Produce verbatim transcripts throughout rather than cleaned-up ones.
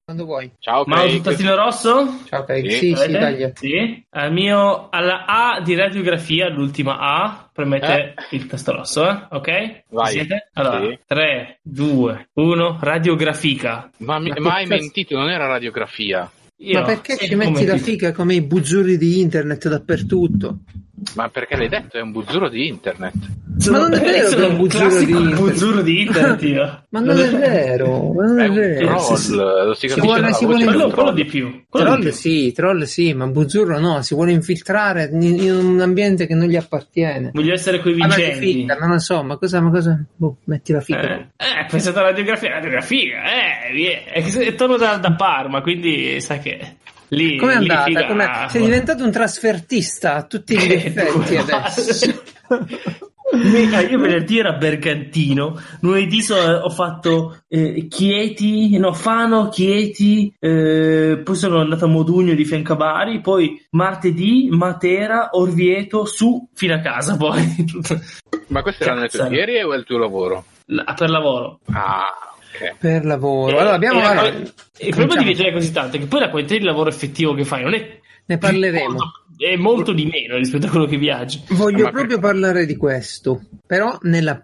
Quando vuoi. Ciao, Ma sul tastino rosso? Ciao, Craig. Sì, Sì, sì, taglia. Sì. Al mio, alla A di radiografia, l'ultima A, premete Eh. il tasto rosso, eh? Ok? Vai. Siete? Allora, Sì. tre, due, uno, radiografica. Ma, mi, Ma ma hai che cazzo- mentito, non era radiografia. Io, Ma perché sì, ci metti la commenti. figa come i buzzurri di internet dappertutto? Ma perché l'hai detto? È un buzzuro di internet. Ma non è vero Sono che è un buzzurro classico di internet. buzzurro di internet, io. Ma non è vero, ma non È è un vero. troll, lo si Si capisce vuole- dalla si voce vuole- che è un Quello, quello troll. di più. Quello Troll di più. sì, troll sì, ma buzzurro no, si vuole infiltrare in, in un ambiente che non gli appartiene. Voglio essere Parla di coinvincenti. figa, non lo so, ma cosa, ma cosa? Boh, metti la figa. Eh, eh, pensate alla radiografia, radiografia, eh, vie- è che se- torno da, da Parma, quindi sai che lì... Com'è lì andata? figa- Com'è- Sei diventato un trasfertista a tutti gli Che effetti due adesso. Mica, io venerdì era Bergantino, lunedì so- ho fatto eh, Chieti, no, Fano, Chieti, eh, poi sono andato a Modugno di fianco a Bari, poi martedì Matera, Orvieto, su fino a casa poi. Ma queste erano le tue Cazzo. ferie o è il tuo lavoro? La- per lavoro. Ah, ok. Per lavoro. Allora abbiamo... E la- allora, il problema di cominciamo. viaggiare così tanto è che poi la quantità di lavoro effettivo che fai non è Ne parleremo. molto, è molto di meno rispetto a quello che viaggi. Voglio Ma proprio per- parlare di questo, però nella...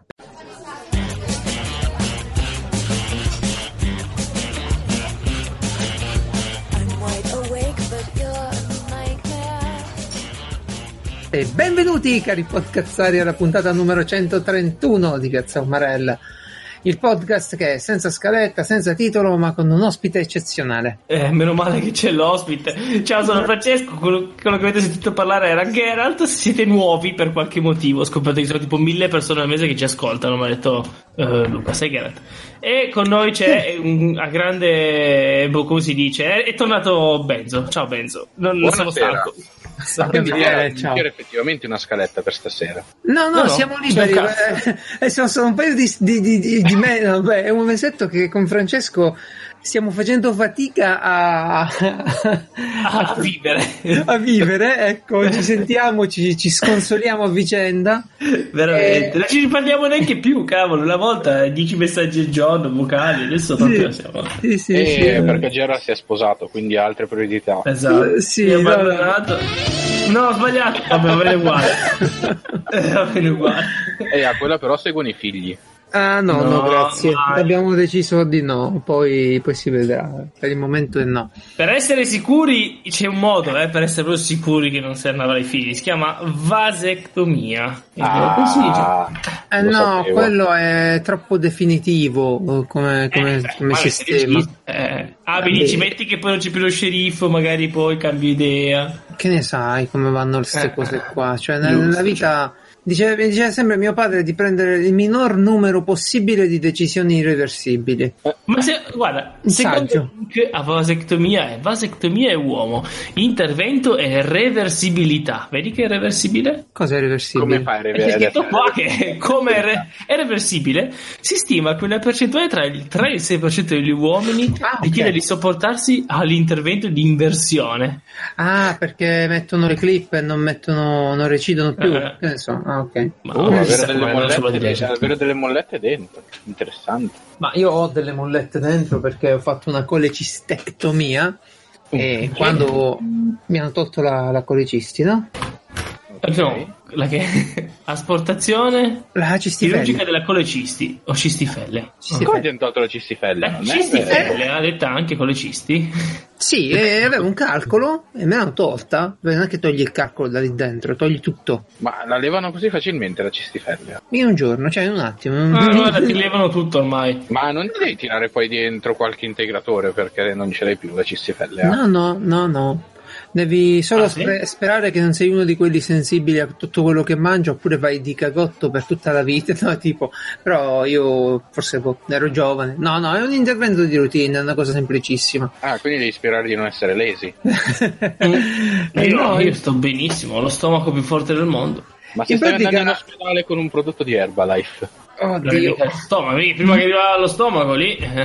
I'm wide awake, but you're a nightmare. E benvenuti cari podcazzari alla puntata numero centotrentuno di Piazza Umarella, il podcast che è senza scaletta, senza titolo, ma con un ospite eccezionale. Eh, meno male che c'è l'ospite. Ciao, sono Francesco. Quello, quello che avete sentito parlare era Geralt. Se siete nuovi per qualche motivo, ho scoperto che sono tipo mille persone al mese che ci ascoltano. Mi ha detto eh, Luca, sei Geralt. E con noi c'è un a grande, boh, come si dice? È, è tornato Benzo. Ciao Benzo. Non, non sono Buonasera. stanco. Quindi Eh, era, ciao. era effettivamente una scaletta per stasera. No, no, No, no, siamo c'è liberi. un cazzo. Eh, eh, sono, sono un paio di, di, di, di, di me. No, beh, è un mesetto che con Francesco stiamo facendo fatica a, A vivere. a vivere. Ecco, ci sentiamo, ci, ci sconsoliamo a vicenda. Veramente. Eh, Non ci riparliamo neanche più, cavolo. Una volta dieci messaggi al giorno, vocali. Adesso proprio siamo. Sì, sì, E sì. perché Gerard si è sposato, quindi ha altre priorità. Esatto. Eh, sì, Io ho no. abbandonato. No, ho sbagliato. Vabbè, va bene uguale. Eh, va bene uguale. E a quella però seguono i figli. Ah no, no, No, grazie. mai. Abbiamo deciso di no, poi, poi si vedrà. Per il momento è no. Per essere sicuri, c'è un modo, eh, per essere proprio sicuri che non servono ai figli. Si chiama vasectomia. E come si dice? Ah, Eh lo no, sapevo. quello è troppo definitivo eh, come, come, Eh, come ma se sistema. dici- eh. Ah, mi dici, Eh. metti che poi non c'è più lo sceriffo, magari poi cambi idea. Che ne sai come vanno queste Eh, cose qua? Cioè, giusto, nella vita diceva, diceva sempre mio padre di prendere il minor numero possibile di decisioni irreversibili. Ma se, guarda, Un saggio. secondo che a vasectomia è vasectomia è uomo, intervento è reversibilità. Vedi che è reversibile? Cosa è irreversibile? Come fai a È rivedere? scritto qua che come è, re- è reversibile, si stima che una percentuale tra il tre e il sei per cento degli uomini Ah, ok. richiede di sopportarsi all'intervento di inversione. Ah, perché mettono le clip e non mettono, non recidono più. Eh. Che ne so. Ah, ok. Ma, Oh, non avere, si sa delle come, non si può mollette, dire. avere delle mollette dentro. Interessante. Ma io ho delle mollette dentro perché ho fatto una colecistectomia e quando mi hanno tolto la, la colecisti, no? Ok. No, la che asportazione La cistifella. chirurgica della colecisti o cistifelle. Cistifelle. Come ti hanno tolto la cistifella? Eh, Non è cistifelle, vero. ha detta anche colecisti. Sì, e avevo un calcolo e me l'hanno tolta. Beh, non è che togli il calcolo da lì dentro, togli tutto. Ma la levano così facilmente la cistifella? In un giorno, cioè in un attimo. Ah, guarda, ti levano tutto ormai. Ma non ti devi tirare poi dentro qualche integratore perché non ce l'hai più la cistifella? eh? No, no, no, no. Devi solo Ah, sì? sper- sperare che non sei uno di quelli sensibili a tutto quello che mangi, oppure vai di cagotto per tutta la vita, no? Tipo, però io forse boh, ero giovane. No, no, è un intervento di routine, è una cosa semplicissima. Ah, quindi devi sperare di non essere lesi. Eh, Io, no, io sto benissimo, ho lo stomaco più forte del mondo. Ma se In stai pratica- andando in ospedale con un prodotto di Herbalife? La oddio. medica al stomaco, quindi prima che arriva allo stomaco lì. eh,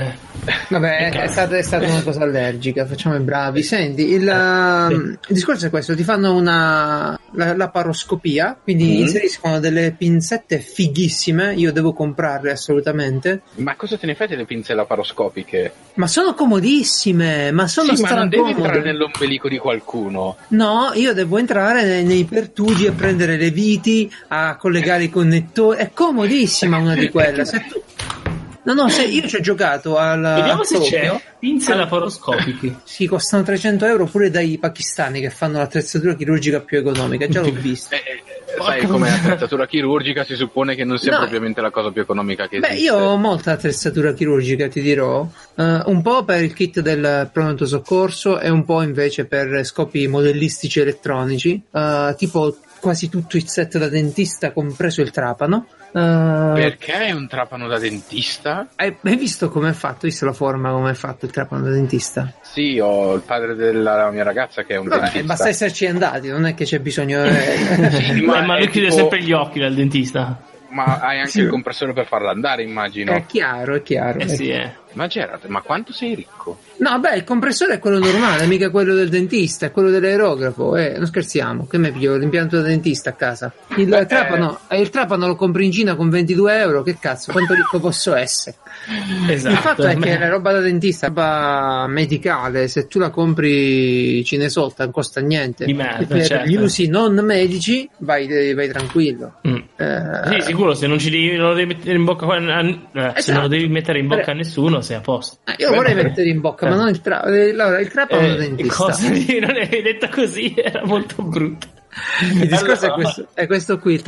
Vabbè, è stata, è stata una cosa allergica, facciamo i bravi. Senti, il, uh, il discorso è questo: ti fanno una la, la paroscopia, quindi mm. inseriscono delle pinzette fighissime. Io devo comprarle assolutamente. Ma cosa te ne fai delle pinze laparoscopiche? Ma sono comodissime, ma sono sì, ma non devi stracomode. entrare nell'ombelico di qualcuno. No, io devo entrare nei, nei pertugi a prendere le viti, a collegare i connettori. È comodissima una di quelle. Se tu... No, no, se io ci ho giocato al. Vediamo se Tokyo, c'è pinze laparoscopiche. Sì, costano trecento euro pure dai pakistani che fanno l'attrezzatura chirurgica più economica. Già l'ho vista. Eh, eh, sai, come attrezzatura chirurgica si suppone che non sia No. propriamente la cosa più economica che Beh, esiste. io ho molta attrezzatura chirurgica, ti dirò. Uh, un po' per il kit del pronto soccorso e un po' invece per scopi modellistici elettronici. Uh, tipo quasi tutto il set da dentista, compreso il trapano. Uh, Perché è un trapano da dentista? hai, hai visto come è fatto? Hai visto la forma come è fatto il trapano da dentista? Sì, ho il padre della mia ragazza che è un Vabbè, dentista. basta esserci andati, non è che c'è bisogno. Eh. Sì, Ma, ma è lui chiude tipo- sempre gli occhi dal dentista. Ma hai anche Sì. il compressore per farla andare, immagino. È chiaro, è chiaro. Eh sì, eh. Ma Gerard, ma quanto sei ricco? No, beh, il compressore è quello normale, mica quello del dentista, è quello dell'aerografo. Eh, non scherziamo, che me piglio l'impianto da dentista a casa. Il Beh, trapano, eh, il trapano lo compri in Cina con ventidue euro, che cazzo, quanto ricco posso essere? Esatto. Il fatto è Beh, che la roba da dentista, roba medicale, se tu la compri cinesolta non costa niente. Di merda, E per certo. gli usi non medici vai, vai tranquillo. Mm. Eh, Sì, sicuro, se non ci devi, non lo devi mettere in bocca a- a- eh, se Esatto. non lo devi mettere in bocca Beh. a nessuno, sei a posto. eh, io vorrei mettere in bocca, ma non il trapano. Allora, il trapano da Eh, dentista. cosa di- non è detta così, era molto brutto. Il discorso Allora- è, questo, è questo qui, il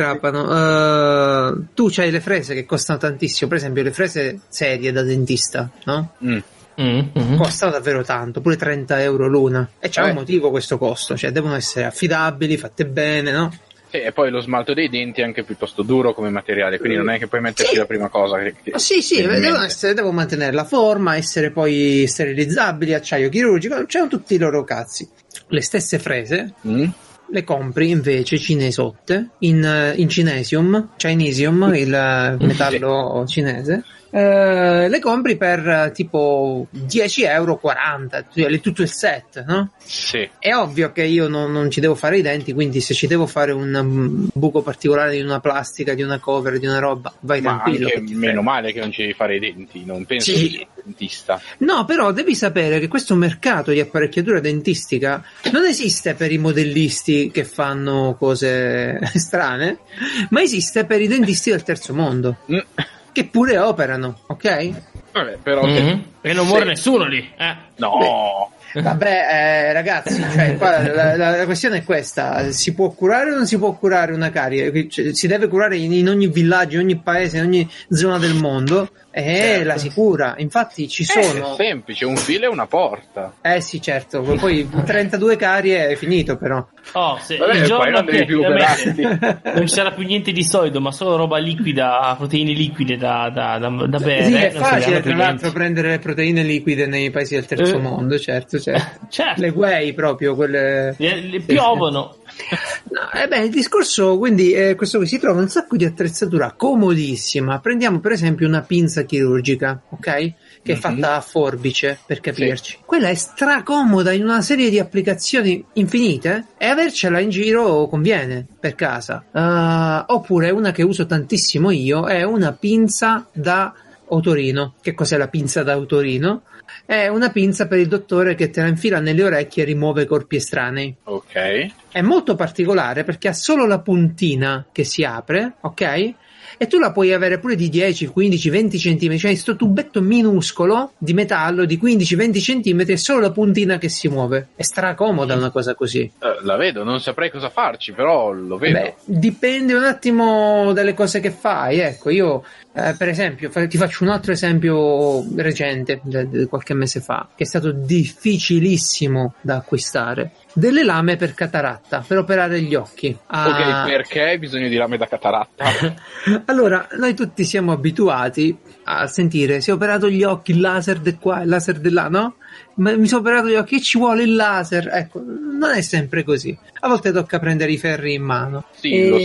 trapano. Uh, tu c'hai le frese che costano tantissimo, per esempio le frese serie da dentista, no? Mm. Mm, mm. Costano davvero tanto, pure trenta euro l'una. E c'è Eh. un motivo questo costo, cioè devono essere affidabili, fatte bene, no? Sì, e poi lo smalto dei denti è anche piuttosto duro come materiale, quindi non è che puoi metterci Sì. la prima cosa che, che Ah, sì, sì, viene in devono, mente. essere, devono mantenere la forma, essere poi sterilizzabili, acciaio chirurgico, c'erano tutti i loro cazzi. Le stesse frese Mm? le compri invece cinesotte in, eh, in cinesium, cinesium, il eh, metallo cinese. Eh, le compri per eh, tipo dieci euro quaranta, cioè, tutto il set, no? Sì. È ovvio che io non, non ci devo fare i denti, quindi se ci devo fare un um, buco particolare di una plastica, di una cover, di una roba, vai Ma tranquillo. anche che ti meno frega. male che non ci devi fare i denti, non penso Sì. che sia un dentista. No, però devi sapere che questo mercato di apparecchiatura dentistica non esiste per i modellisti che fanno cose strane, ma esiste per i dentisti del terzo mondo, Mm. che pure operano, ok? Vabbè, però Mhm. se- Perché non muore nessuno lì. Eh. no. Vabbè, eh, ragazzi, cioè, qua la, la- la questione è questa: si può curare o non si può curare una carie? Cioè, si deve curare in, in ogni villaggio, in ogni paese, in ogni zona del mondo, e Certo. la si cura. Infatti ci sono. È semplice, un filo e una porta. Eh sì, certo, poi trentadue carie è finito, però. Oh, se Vabbè, il poi giorno non devi che più veramente operarti. non ci sarà più niente di solido, ma solo roba liquida, proteine liquide da, da, da, da bere. Sì, è non serviranno facile più tra l'altro niente. prendere le proteine liquide nei paesi del terzo Eh. mondo, certo, certo. Certo. Le whey proprio, quelle. Le, le piovono. No, eh beh, il discorso quindi è questo qui: si trova un sacco di attrezzatura comodissima. Prendiamo per esempio una pinza chirurgica, ok? Che è Mhm. fatta a forbice, per capirci. Quella è stracomoda in una serie di applicazioni infinite e avercela in giro conviene per casa. Ah, oppure una che uso tantissimo io è una pinza da otorino. Che cos'è la pinza da otorino? È una pinza per il dottore che te la infila nelle orecchie e rimuove corpi estranei. Ok. È molto particolare perché ha solo la puntina che si apre, ok? E tu la puoi avere pure di dieci, quindici, venti centimetri, cioè sto tubetto minuscolo di metallo di quindici venti centimetri e solo la puntina che si muove. È stracomoda una cosa così. Eh, la vedo, non saprei cosa farci, però lo vedo. Beh, dipende un attimo dalle cose che fai. Ecco, io eh, per esempio fa- ti faccio un altro esempio recente di qualche mese fa, che è stato difficilissimo da acquistare. Delle lame per cataratta, per operare gli occhi. Ah, Ok, perché hai bisogno di lame da cataratta? allora, noi tutti siamo abituati a sentire: si è operato gli occhi, il laser di qua, il laser di là, no? Ma mi sono operato gli occhi e ci vuole il laser. Ecco, non è sempre così. A volte tocca prendere i ferri in mano. Sì, E- lo so.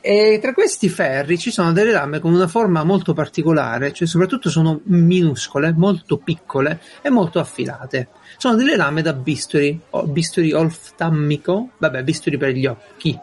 E tra questi ferri ci sono delle lame con una forma molto particolare, cioè soprattutto sono minuscole, molto piccole e molto affilate. Sono delle lame da bisturi, o bisturi oftalmico, vabbè, bisturi per gli occhi.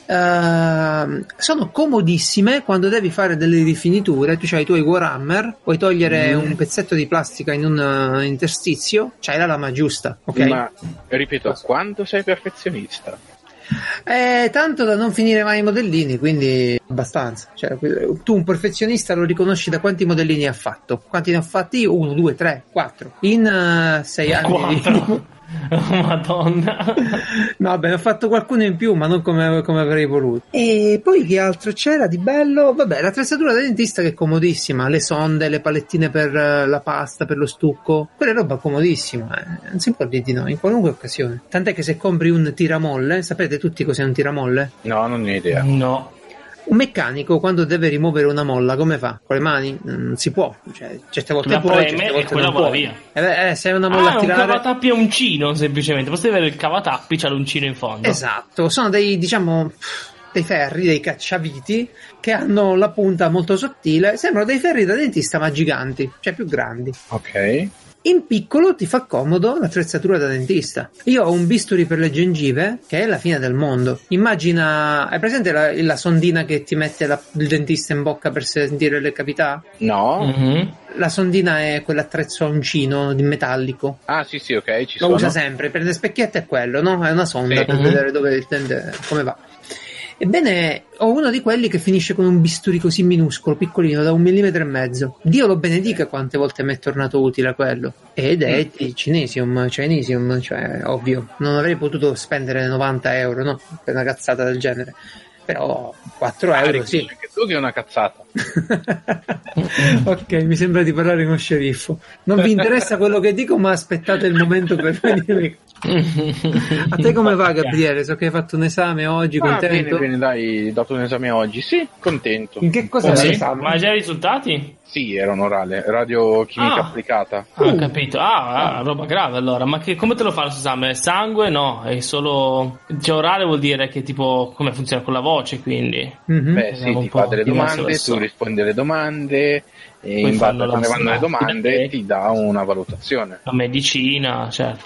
Uh, sono comodissime quando devi fare delle rifiniture. Tu c'hai i tuoi Warhammer, puoi togliere mm. un pezzetto di plastica in un uh, interstizio, c'hai la lama giusta, ok? Ma ripeto, quando sei perfezionista? Eh, tanto da non finire mai i modellini, quindi abbastanza. Cioè, tu un perfezionista lo riconosci da quanti modellini ha fatto? Quanti ne ho fatti io? Uno, due, tre, quattro. In uh, sei anni. Quattro. Oh, Madonna. No, vabbè, ho fatto qualcuno in più, ma non come, come avrei voluto. E poi che altro c'era di bello? Vabbè, l'attrezzatura da dentista che è comodissima, le sonde, le palettine per la pasta, per lo stucco, quella è roba comodissima, eh. Non si può dire di no in qualunque occasione. Tant'è che se compri un tiramolle, sapete tutti cos'è un tiramolle? No, non ho idea. No. Un meccanico quando deve rimuovere una molla come fa? Con le mani? Non si può, cioè, certe volte la può, preme certe e volte quella non vola può. via. Eh, beh, eh, se è una molla Ah, a tirare... un cavatappi e uncino semplicemente, basta avere il cavatappi, c'ha l'uncino in fondo. Esatto, sono dei, diciamo, dei ferri, dei cacciaviti che hanno la punta molto sottile, sembrano dei ferri da dentista ma giganti, cioè più grandi. Ok. In piccolo ti fa comodo l'attrezzatura da dentista. Io ho un bisturi per le gengive che è la fine del mondo. Immagina, hai presente la, la sondina che ti mette la, il dentista in bocca per sentire le cavità? No. Mm-hmm. La sondina è quell'attrezzo a uncino di metallico. Ah sì sì, ok, ci Lo sono. usa sempre, prende specchietto è quello, no? È una sonda Sì. per Mhm. vedere dove il dente, come va. Ebbene, ho uno di quelli che finisce con un bisturi così minuscolo, piccolino, da un millimetro e mezzo. Dio lo benedica quante volte mi è tornato utile quello. Ed è il Cinesium, Cinesium, cioè, ovvio. Non avrei potuto spendere novanta euro, no? Per una cazzata del genere. Però quattro Ah, euro, sì. riconosci che tu che è una cazzata. Ok, mi sembra di parlare con sceriffo. Non vi interessa quello che dico, ma aspettate il momento per venire. A te come va, Gabriele? So che hai fatto un esame oggi, Ah, bene, contento? bene, dai, dato un esame oggi. Sì, contento. In che cosa Oh, era sì? l'esame? Ma hai già i risultati? Sì, era un orale, radiochimica Ah. applicata. Ah, ho capito. Ah, ah, roba grave allora. Ma che, come te lo fa questo esame? Sangue? No, è solo... Cioè, orale vuol dire che tipo... Come funziona con la voce, quindi? Mhm. Beh, Vediamo sì, un ti po', fa delle vediamo se domande, lo so. tu rispondi alle domande e Poi in base fanno a come la- vanno le la- domande eh. ti dà una valutazione. La medicina, certo.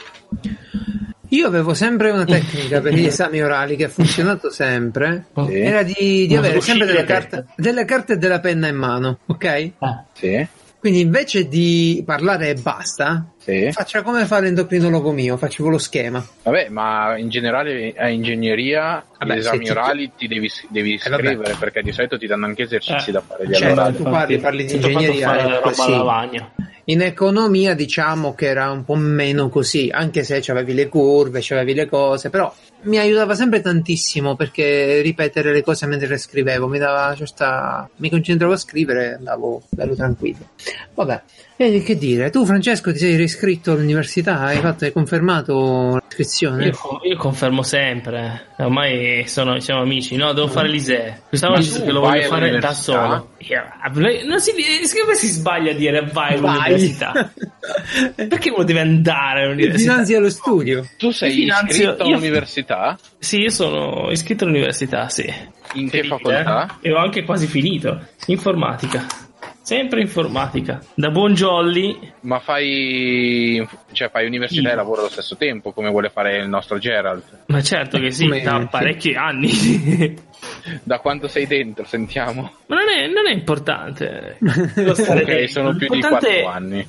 Io avevo sempre una tecnica per gli esami orali che ha funzionato sempre. Sì. Era di, di Non avere sono sempre delle uscite le carte, delle carte e della penna in mano, ok? Ah. Sì, Quindi invece di parlare e basta, sì. faccia come fa l'endocrinologo mio, facevo lo schema. Vabbè, ma in generale a ingegneria Vabbè, gli esami se ti- orali ti devi, devi Eh, vabbè. scrivere perché di solito ti danno anche esercizi Eh. da fare gli Certo, orali. tu parli, parli di Ti ho fatto ingegneria, fare è roba così. alla lavagna. In economia diciamo che era un po' meno così, anche se c'avevi le curve, c'avevi le cose, però mi aiutava sempre tantissimo perché ripetere le cose mentre le scrivevo mi dava certa... mi concentravo a scrivere e andavo bello tranquillo. Vabbè, e che dire, tu Francesco ti sei riscritto all'università, hai fatto, hai confermato l'iscrizione? Io, io confermo sempre, ormai sono, siamo amici, no? Devo fare l'Isee. Quest'anno Ma ho deciso tu che lo vai voglio fare da all'università? solo. Yeah. Non si, secondo me si sbaglia a dire vai all'università. Perché uno deve andare all'università? Finanzia lo studio. Tu sei Finanzio- iscritto io- all'università? Sì, io sono iscritto all'università, sì. In che Felice, facoltà? eh? E ho anche quasi finito. Informatica. Sempre informatica. Da buon jolly. Ma fai, cioè, fai università Sì. e lavoro allo stesso tempo, come vuole fare il nostro Gerald. Ma certo che sì, Come- da parecchi anni. Da quanto sei dentro, sentiamo. Ma non è, non è importante. Devo stare Ok, dentro. sono più di L'importante quattro è- anni.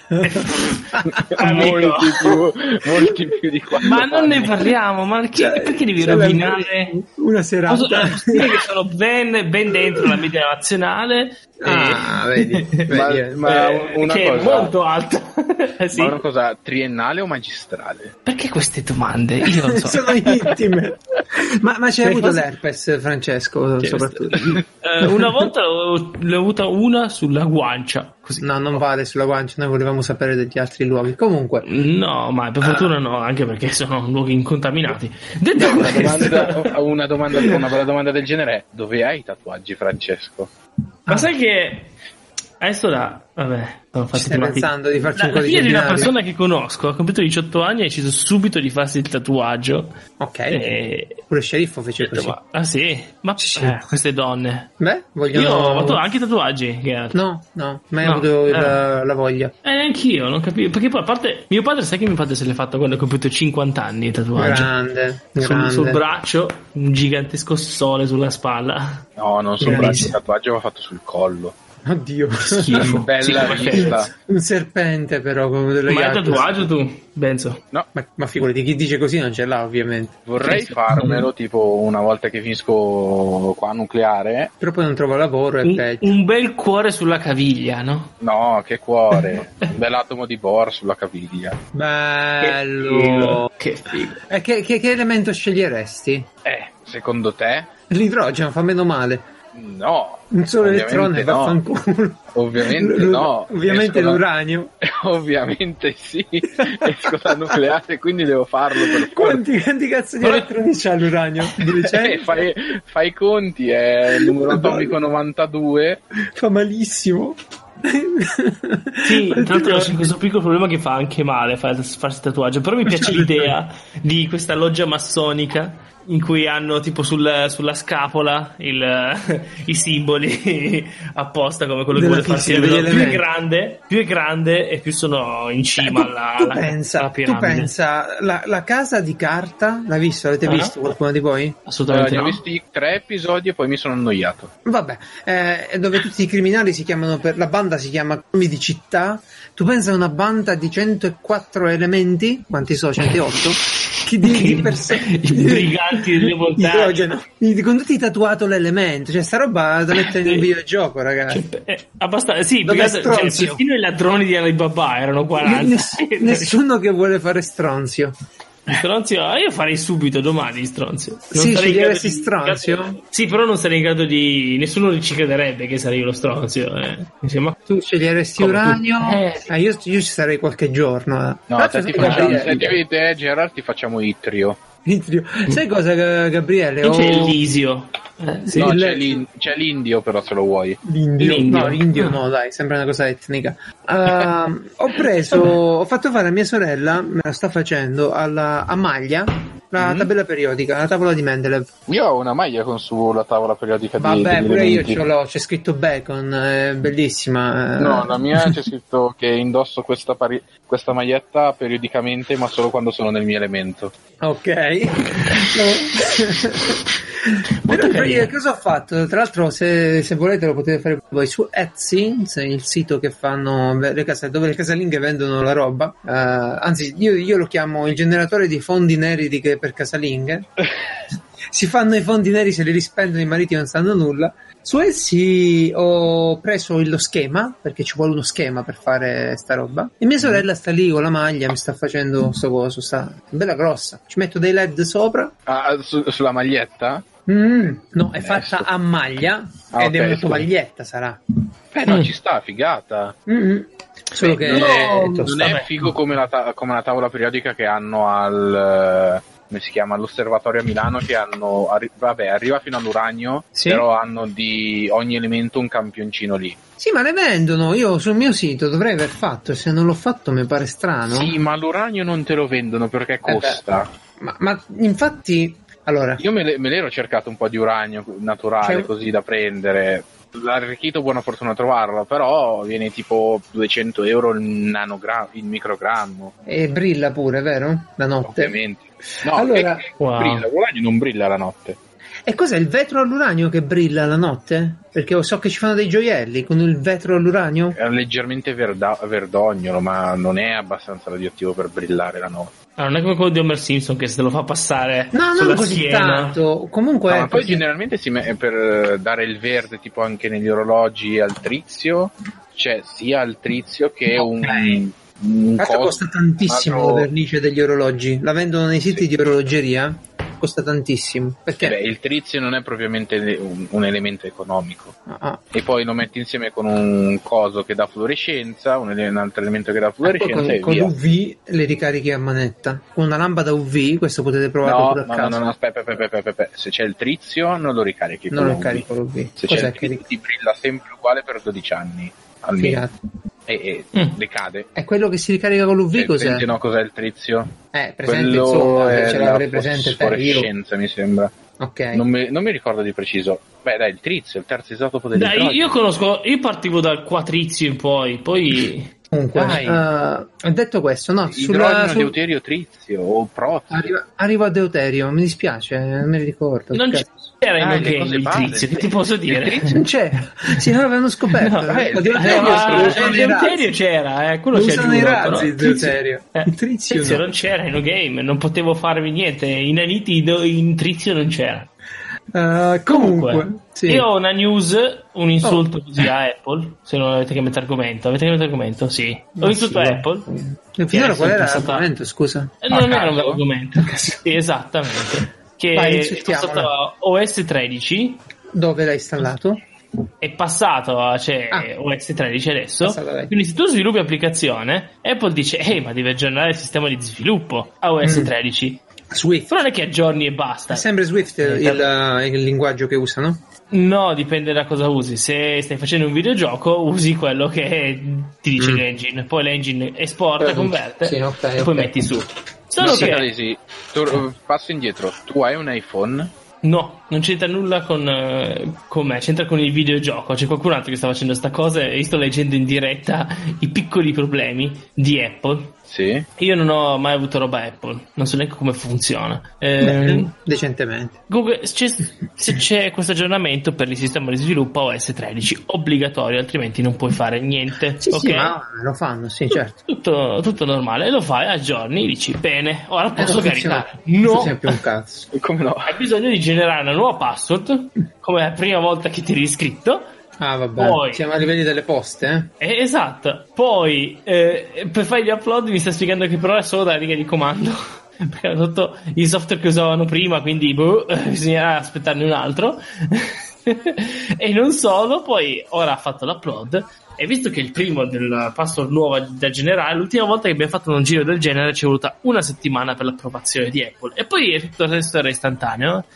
Amico. molti più, molti più di quattro Ma non ne anni. parliamo, ma che- Cioè, perché devi c'è la- rovinare? una Posso, serata. posso dire che sono ben, ben dentro la media nazionale. Ah, vedi, vedi, Ma- eh. ma- eh, una che cosa- è molto alta. Eh, sì. Ma una cosa triennale o magistrale? Perché queste domande? Io non so. Sono intime. Ma, ma c'è Cioè, avuto cosa- l'herpes, Francesco, Cioè, soprattutto. Eh, una volta l'ho, l'ho avuta una sulla guancia. Così. No, non vale sulla guancia, noi volevamo sapere degli altri luoghi. Comunque, No, ma per fortuna no, anche perché sono luoghi incontaminati. Detto Una questo, domanda, una, domanda, una bella domanda del genere è: dove hai i tatuaggi, Francesco? ma sai che adesso là, vabbè, sono Ci fatti stai trovati- pensando di farci la, un la codice figlia di una binario? persona che conosco ha compiuto diciotto anni e ha deciso subito di farsi il tatuaggio. Ok. E... Pure sceriffo fece così. Ma- ah sì? Ma Sì. eh, queste donne. Beh, vogliono... Io ho fatto anche tatuaggi. Che... No, no, mai No, avuto il- eh. la voglia. Eh, neanch'io, non capivo. Perché poi a parte mio padre, sai che mio padre se l'è fatto quando ha compiuto cinquanta anni il tatuaggio. Grande, Sul, grande. sul braccio, un gigantesco sole sulla spalla. No, non sul Bravissimo. braccio, il tatuaggio va fatto sul collo. Oddio. Schifo. Bella Sì, come vista. fai? Un serpente però come delle Ma hai Yakuza. tatuaggio tu, Benzo? No, Ma, ma figurati, chi dice così non ce l'ha ovviamente. vorrei Sì, sì. farmelo tipo una volta che finisco qua a nucleare. Però poi non trova lavoro e Un, peggio. un bel cuore sulla caviglia, no? No, che cuore. Un bell'atomo di Bohr sulla caviglia. Bello. Che figo. E che, che, che elemento sceglieresti? Eh, secondo te? L'idrogeno fa meno male. No. Un solo ovviamente elettrone no. vaffanculo. Ovviamente L- no. Ovviamente Esco da- l'uranio. Ovviamente sì. Esco da nucleare, quindi devo farlo per forza. Quanti, quanti cazzo di elettroni c'ha l'uranio? Eh, duecento? fai, fai i conti, è il numero atomico novantadue. Fa malissimo. Sì, tra l'altro c'è questo piccolo problema che fa anche male far- farsi tatuaggio, però mi piace l'idea di questa loggia massonica in cui hanno tipo sul- sulla scapola il- i simboli apposta come quello che Della vuole farsi fisica degli vedere. Più è elementi. grande, più è grande e più sono in cima tu, alla, tu alla- pensa, alla tu piramide. pensa la, la casa di carta, l'hai visto? L'avete Ah. visto qualcuno di voi? Assolutamente Eh, ne ho no. visti tre episodi e poi mi sono annoiato. Vabbè, eh, dove tutti i criminali si chiamano per la banda si chiama Nomi di città. Tu pensa a una banda di centoquattro elementi? Quanti sono? centootto? Chi di, di perso- I briganti delle montagne. idrogeno. I- con tutti tatuato l'elemento, cioè sta roba da mettere in un videogioco, ragazzi. Cioè, eh, abbastanza, sì, Dov'è più che altro- cioè, stronzio? perfino i ladroni di Alibaba erano quaranta. Ness- nessuno che vuole fare stronzio. Stronzio, ah, io farei subito domani Stronzio. Non Sì, sarei in grado sceglieresti di- Stronzio? Sì, però non sarei in grado di. Nessuno ci crederebbe che sarei io lo Stronzio. Eh. Mi sembra- Tu sceglieresti Come tu? uranio? Eh. Ah, io, io ci sarei qualche giorno. eh. No, Tra te l'altro, ti sai, facciamo, Gabriele- se ti vedi te, Gerard, ti facciamo Itrio. Itrio. Sai cosa, Ga- Gabriele? Non c'è Ho- il Lisio. Eh, sì. No, il- c'è, l'in- c'è l'indio, però se lo vuoi. L'indio. L'indio. No, l'indio no, dai, sembra una cosa etnica. Ah, ho preso, ho fatto fare a mia sorella, me la sta facendo alla, a maglia, la Mhm. tabella periodica, la tavola di Mendeleev. Io ho una maglia con sulla tavola periodica di Vabbè, degli pure io elementi. ce l'ho, c'è scritto Bacon, è bellissima. eh. No, la mia c'è scritto che indosso questa, pari- questa maglietta periodicamente, ma solo quando sono nel mio elemento. Ok. Però carino. io cosa ho fatto? Tra l'altro, se, se volete, lo potete fare voi su Etsy, se è il sito che fanno le case, dove le casalinghe vendono la roba. Eh, anzi, io, io lo chiamo il generatore di fondi neri di, per casalinghe. Si fanno i fondi neri, se li rispendono i mariti non sanno nulla. Su Etsy ho preso lo schema, perché ci vuole uno schema per fare sta roba. E mia sorella sta lì con la maglia, mi sta facendo sto coso, sta bella grossa. Ci metto dei led sopra. Ah, su- sulla maglietta? Mm, no, è fatta a maglia Ah, ed è ok, una scusa. tovaglietta, sarà. Eh no, Mm. ci sta, figata. Mm, solo che non, è è, non tosta. è figo come la, ta- come la tavola periodica che hanno al... eh, come si chiama? All'osservatorio a Milano, che hanno... arri- vabbè, arriva fino all'uranio, Sì. però hanno di ogni elemento un campioncino lì. Sì, ma le vendono. Io sul mio sito dovrei aver fatto. Se non l'ho fatto, mi pare strano. Sì, ma l'uranio non te lo vendono perché costa. Ma, ma infatti, allora, Io me, le- me l'ero cercato un po' di uranio naturale, Cioè- così da prendere. L'ha arricchito, buona fortuna a trovarlo, però viene tipo duecento euro il nanogrammo, il microgrammo, e brilla pure, vero? La notte. ovviamente. No, Allora- è che Wow. brilla, l'uranio non brilla la notte. E cos'è il vetro all'uranio che brilla la notte? Perché so che ci fanno dei gioielli con il vetro all'uranio. È leggermente verda- verdognolo, ma non è abbastanza radioattivo per brillare la notte. Ah, non è come quello di Homer Simpson che se te lo fa passare No, sulla non così schiena. tanto. Comunque, No, è ma poi così. generalmente si me- per eh, dare il verde, tipo anche negli orologi al trizio, c'è sia al trizio che Ok. un, un Tra l'altro coso- costa tantissimo un altro- la vernice degli orologi. La vendono nei siti di orologeria. Costa tantissimo. Perché? Beh, il trizio non è propriamente le- un, un elemento economico. Ah, ah. E poi lo metti insieme con un coso che dà fluorescenza, un, ele- un altro elemento che dà E poi fluorescenza con, e con via. l'U V le ricarichi a manetta. Con una lampada U V, questo potete provarlo No, pure a no, no, casa. no, no, aspetta, aspetta, aspetta, aspetta. Se c'è il trizio non lo ricarichi Non con lo l'U V. carico l'U V. Se c'è Cos'è il che trizio ric- ti brilla sempre uguale per dodici anni. almeno. Figata. E, e Mm. decade. È quello che si ricarica con l'U V, Cioè, cos'è? presente, no, cos'è il trizio? Eh, presente, Quello insomma, è ce la l'avrei presente te, io. fosforescenza, mi sembra. Ok. Non mi, non mi ricordo di preciso. Beh, dai, il trizio, il terzo isotopo Dai, dell'idrogeno. io conosco, io partivo dal quatrizio in poi, poi Comunque, Dai. eh, detto questo, no, Idrogeno, sulla, sul- deuterio, trizio o prozio. arriva, arrivo a Deuterio, mi dispiace, non mi ricordo. non Cazzo. c'era in Ah, un le game cose il base. trizio, che ti posso dire? Il trizio- Non c'è, sì, non l'avevano scoperto. No, eh, Ma il Deuterio trizio- se lo Ma usano il i razzi. Deuterio c'era, eh, quello Lo c'è usano i giuro, razzi, però il il trizio- Deuterio. eh, Il trizio no. non c'era in un game, non potevo farmi niente, in Aniti in trizio non c'era. Uh, comunque, sì. Io ho una news, un insulto Oh. così a Apple, se non avete cambiato argomento. Avete cambiato argomento? Sì. Ho Ma insulto sì, Apple. Eh, Finora Che qual è era sempre stata- l'argomento, scusa? Eh, Non A era un caso? argomento. Sì, esattamente. Che Vai, è insultiamola. passato a O S tredici, Dove l'hai installato? è passato a cioè, Ah. O S tredici adesso. Passato, dai. Quindi se tu sviluppi applicazione, Apple dice ehi, ma devi aggiornare il sistema di sviluppo a O S tredici. Swift. Non è che aggiorni e basta. È sempre Swift il, il- il linguaggio che usano? No, dipende da cosa usi. Se stai facendo un videogioco, usi quello che ti dice Mm. l'engine. Poi l'engine esporta, Traduce. converte Sì, ok, e poi ok. metti su. Solo No, che Calisi, tu- passo indietro. Tu hai un iPhone? no, non c'entra nulla con, eh, con me, c'entra con il videogioco. C'è qualcun altro che sta facendo sta cosa e io sto leggendo in diretta i piccoli problemi di Apple. Sì. Io non ho mai avuto roba Apple, non so neanche come funziona. Eh, Beh, decentemente. Comunque, c'è- se c'è questo aggiornamento per il sistema di sviluppo O S tredici obbligatorio, altrimenti non puoi fare niente. Sì, ok? sì, ma lo fanno, sì, certo. Tutto, tutto normale, lo fai, aggiorni, dici bene, ora posso Eh, non funziona- caricare. non No, funziona più un cazzo. Come no? hai bisogno di generare una nuova password, come la prima volta che ti eri iscritto. Ah, vabbè, Poi- siamo a livelli delle poste, eh? Eh, esatto, poi eh, per fare gli upload mi sta spiegando che però è solo da riga di comando. Perché hanno tutto il software che usavano prima, quindi boh, bisognerà aspettarne un altro. E non solo, poi ora ha fatto l'upload. E visto che il primo del password nuovo da generare, l'ultima volta che abbiamo fatto un giro del genere ci è voluta una settimana per l'approvazione di Apple. E poi tutto il resto era istantaneo.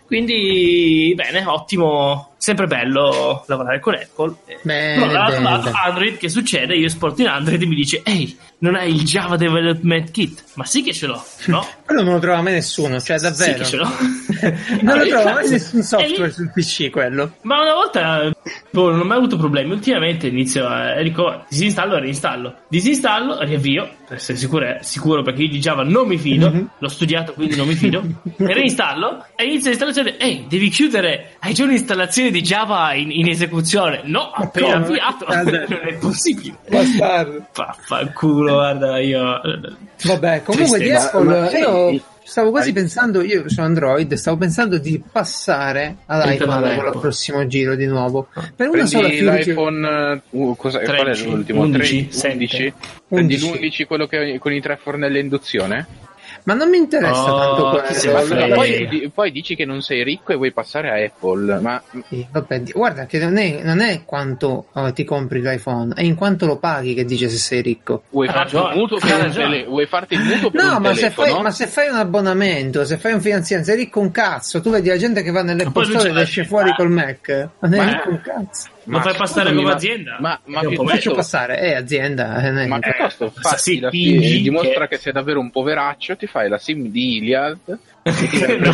Quindi, bene, ottimo, sempre bello lavorare con Apple. Bene, Però dall'altro bene, lato bene. Android, che succede? Io esporto in Android e mi dice ehi, non hai il Java Development Kit? Ma sì che ce l'ho, no? Quello non lo trova mai nessuno, cioè Sì davvero. che ce l'ho. Non lo Eh, trova cazzo. mai nessun E software lì- sul P C, quello. Ma una volta boh, non ho mai avuto problemi. Ultimamente inizio a dico, disinstallo e reinstallo. Disinstallo, riavvio, per essere sicuro, sicuro perché io di Java non mi fido. Mhm. L'ho studiato, quindi non mi fido. E reinstallo e inizio l'installazione. Ehi, devi chiudere. Hai già un'installazione di Java in, in esecuzione. No, Ma appena come? avviato. Ah, dai. Non è possibile. Bastardo. Vaffanculo, guarda, io. Vabbè, comunque di Tristezza. Apple Ma- ma io sì. stavo quasi Hai- pensando, io su Android, stavo pensando di passare ad Ritornare iPhone ad con il Apple. prossimo giro di nuovo. Per una sola Prendi feature. l'iPhone, uh, cos'è, qual è tredici, l'ultimo? undici, tre- undici? sette. Prendi undici. l'undici, quello che con i tre fornelli a induzione? Ma non mi interessa Oh, tanto chi se quello. ne Ma frega. poi, di- poi dici che non sei ricco e vuoi passare a Apple, ma Sì, vabbè, di- guarda che non è, non è quanto eh, ti compri l'iPhone, è in quanto lo paghi che dice se sei ricco. vuoi Ha farti un ragione, mutuo ha per un ragione. tele- vuoi farti il mutuo per No, un ma se, telefono? fai, ma se fai un abbonamento, se fai un finanziamento, sei ricco un cazzo. Tu vedi la gente che va nelle Ma poi lui store ce ed l'ha esce già. fuori col Mac. Non è Ma- ricco un cazzo. Lo fai passare scusami, come ma- azienda? Ma, ma È un po' Lo faccio piuttosto, passare, è azienda. eh, non è ma ricco. piuttosto Eh, fatti sì, la fingi sim, dimostra che- che sei davvero un poveraccio, ti fai la sim di Iliad e ti,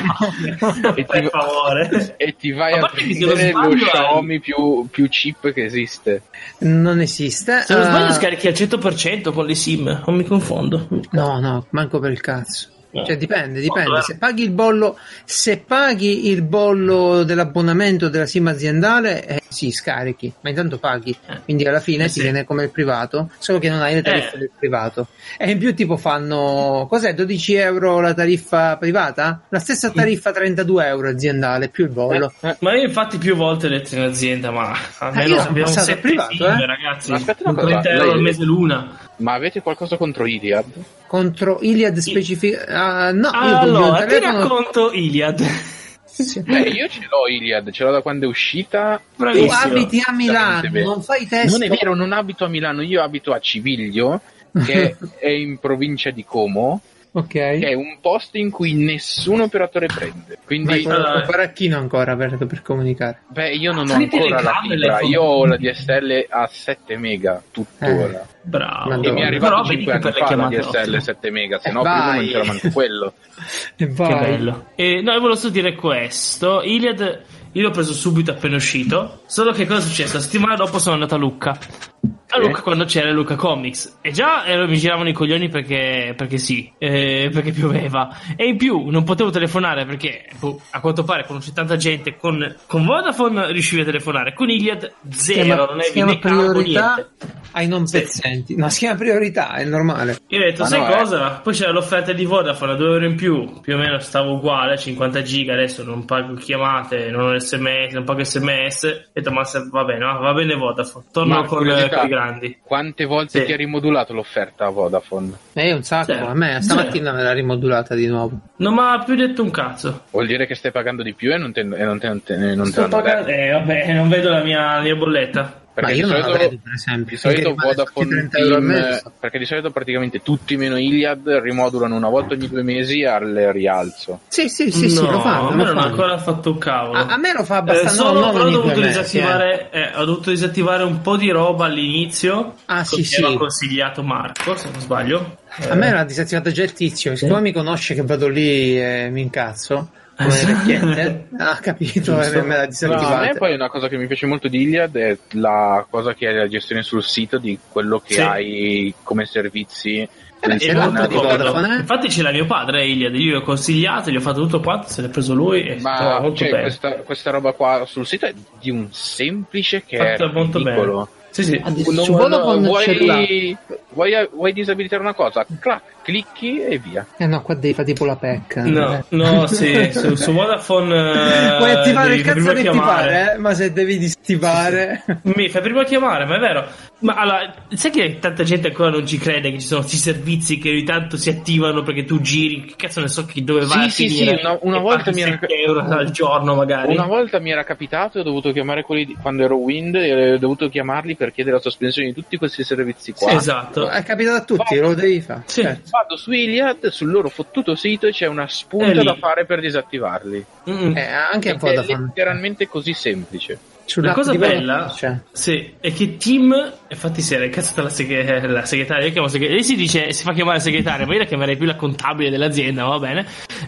No, e ti- per favore. e ti vai A a parte che se non prendere lo sbaglio hai- Xiaomi più, più cheap che esiste. Non esiste. Se non sbaglio eh, scarichi al cento per cento con le sim, non mi confondo. No, no, manco per il cazzo. No. Cioè dipende, dipende. No, Se paghi il bollo, se paghi il bollo dell'abbonamento della SIM aziendale, eh, sì, scarichi, ma intanto paghi. Eh. Quindi alla fine Eh, ti sì. viene come il privato, solo che non hai le tariffe Eh. del privato. E in più tipo fanno, cos'è, dodici euro la tariffa privata? La stessa tariffa trentadue euro aziendale, più il bollo. Ma io infatti più volte ho detto in azienda, ma io almeno sono abbiamo passato sette al privato, sim, eh. ragazzi. Ma aspetta una Con cosa, trenta euro lei- al mese l'una. Ma avete qualcosa contro Iliad? Contro Iliad specifica... ah, no, io compro un Allora, ti telefono... racconto Iliad. Sì. Beh, io ce l'ho Iliad, ce l'ho da quando è uscita. Tu Bravissimo. abiti a Milano, Veramente bene. non fai test. Non è vero, non abito a Milano, io abito a Civiglio, che è in provincia di Como. Ok. che è un posto in cui nessun operatore prende. Quindi, Ma allora- il baracchino ancora per, per comunicare. beh, io non ho Fai ancora la telecamere, fibra, le io ho la D S L a sette mega tuttora. Eh. Bravo. Madonna. E mi è Però arrivato vedi cinque che anni per le fa la D chiamate S L ottimo. sette mega, se Eh, no prima vai. non c'era manco quello. E Che vai. bello. E, no, io volevo solo dire questo. Iliad, io l'ho preso subito appena uscito. Solo che cosa è successo? La settimana dopo sono andato a Lucca. A Lucca quando c'era Lucca Comics. E già eh, mi giravano i coglioni perché, perché sì, eh, perché pioveva. E in più non potevo telefonare perché boh, a quanto pare conosci tanta gente. Con, con Vodafone riuscivi a telefonare, con Iliad zero. Si chiama- non si avevi chiama né campo, priorità niente. ai non Sì. pezzenti. No, si chiama priorità, è normale. Io ho detto, Ma sai no, eh. cosa? Poi c'era l'offerta di Vodafone a due euro in più, più o meno stavo uguale, cinquanta giga, adesso non pago chiamate, non ho sms, non pago sms, ho detto ma se, va bene, va bene Vodafone, torno Ma con, curiosità, con i grandi. Quante volte Sì. ti ha rimodulato l'offerta a Vodafone? Eh, un sacco, Sì. a me stamattina me l'ha rimodulata di nuovo. Non mi ha più detto un cazzo. Vuol dire che stai pagando di più e non te, e non te, non te, non te Sto l'hanno pagando, detto. eh vabbè, non vedo la mia, la mia bolletta. Perché Ma io di non solito, la vedo, per esempio. di solito Finché rimane sotto i Vodafone trenta euro al Team, mese. perché di solito praticamente tutti meno Iliad rimodulano una volta ogni due mesi al rialzo. Sì, sì, sì, sì, no, lo fanno. a me lo non ha fanno. ancora fatto un cavolo. A, a me lo fa Eh, abbastanza. solo no, non però ho ogni dovuto, due mesi, disattivare, eh, ho dovuto disattivare un po' di roba all'inizio. Ah, sì, che sì. mi aveva consigliato Marco, se non sbaglio. eh. A me l'ha disattivato già il tizio. Siccome mi conosce che vado lì e mi incazzo, come vecchiette, ha capito e Giusto. me l'ha No, a disattivata. me poi una cosa che mi piace molto di Iliad è la cosa che è la gestione sul sito di quello che Sì. hai come servizi. Eh beh, nel c'è È molto molto sistema di di- comodo. Vodafone, eh? Infatti ce l'ha mio padre Iliad, io gli ho consigliato, gli ho fatto tutto quanto, se l'è preso lui e si trova Ma molto cioè, bene. questa, questa roba qua sul sito è di un semplice che Fatto è molto ridicolo. bene. Sì, sì. Adesso Non- su non- Vodafone c'è vuoi, vuoi, vuoi disabilitare una cosa? Clac, clicchi e via. Eh no, qua devi fare tipo la P E C. No, no, sì, su, su Vodafone eh, Puoi attivare devi il cazzo prima che ti chiamare. pare, eh? Ma se devi disattivare. Mi fai prima chiamare, ma è vero. Ma allora, sai che tanta gente ancora non ci crede che ci sono questi servizi che ogni tanto si attivano perché tu giri, che cazzo ne so chi dove vai Sì, a sì, finire, sì, una- una e volta paghi mi era- sette euro al giorno magari. Una volta mi era capitato e ho dovuto chiamare quelli di, quando ero Wind e ho dovuto chiamarli per chiedere la sospensione di tutti questi servizi qua. Sì, esatto. È capitato a tutti, lo devi fare. Sì. Certo. Vado su Iliad, sul loro fottuto sito e c'è una È spunta lì. da fare per disattivarli. Mm. Eh, anche a Ed è Vodafone. letteralmente così semplice. Sulla La cosa di Vodafone bella c'è. sì, è che Tim, infatti si era incazzata la, segre- la segretaria, io chiamo segretaria, lei si dice, si fa chiamare segretaria, ma io la chiamerei più la contabile dell'azienda, va bene,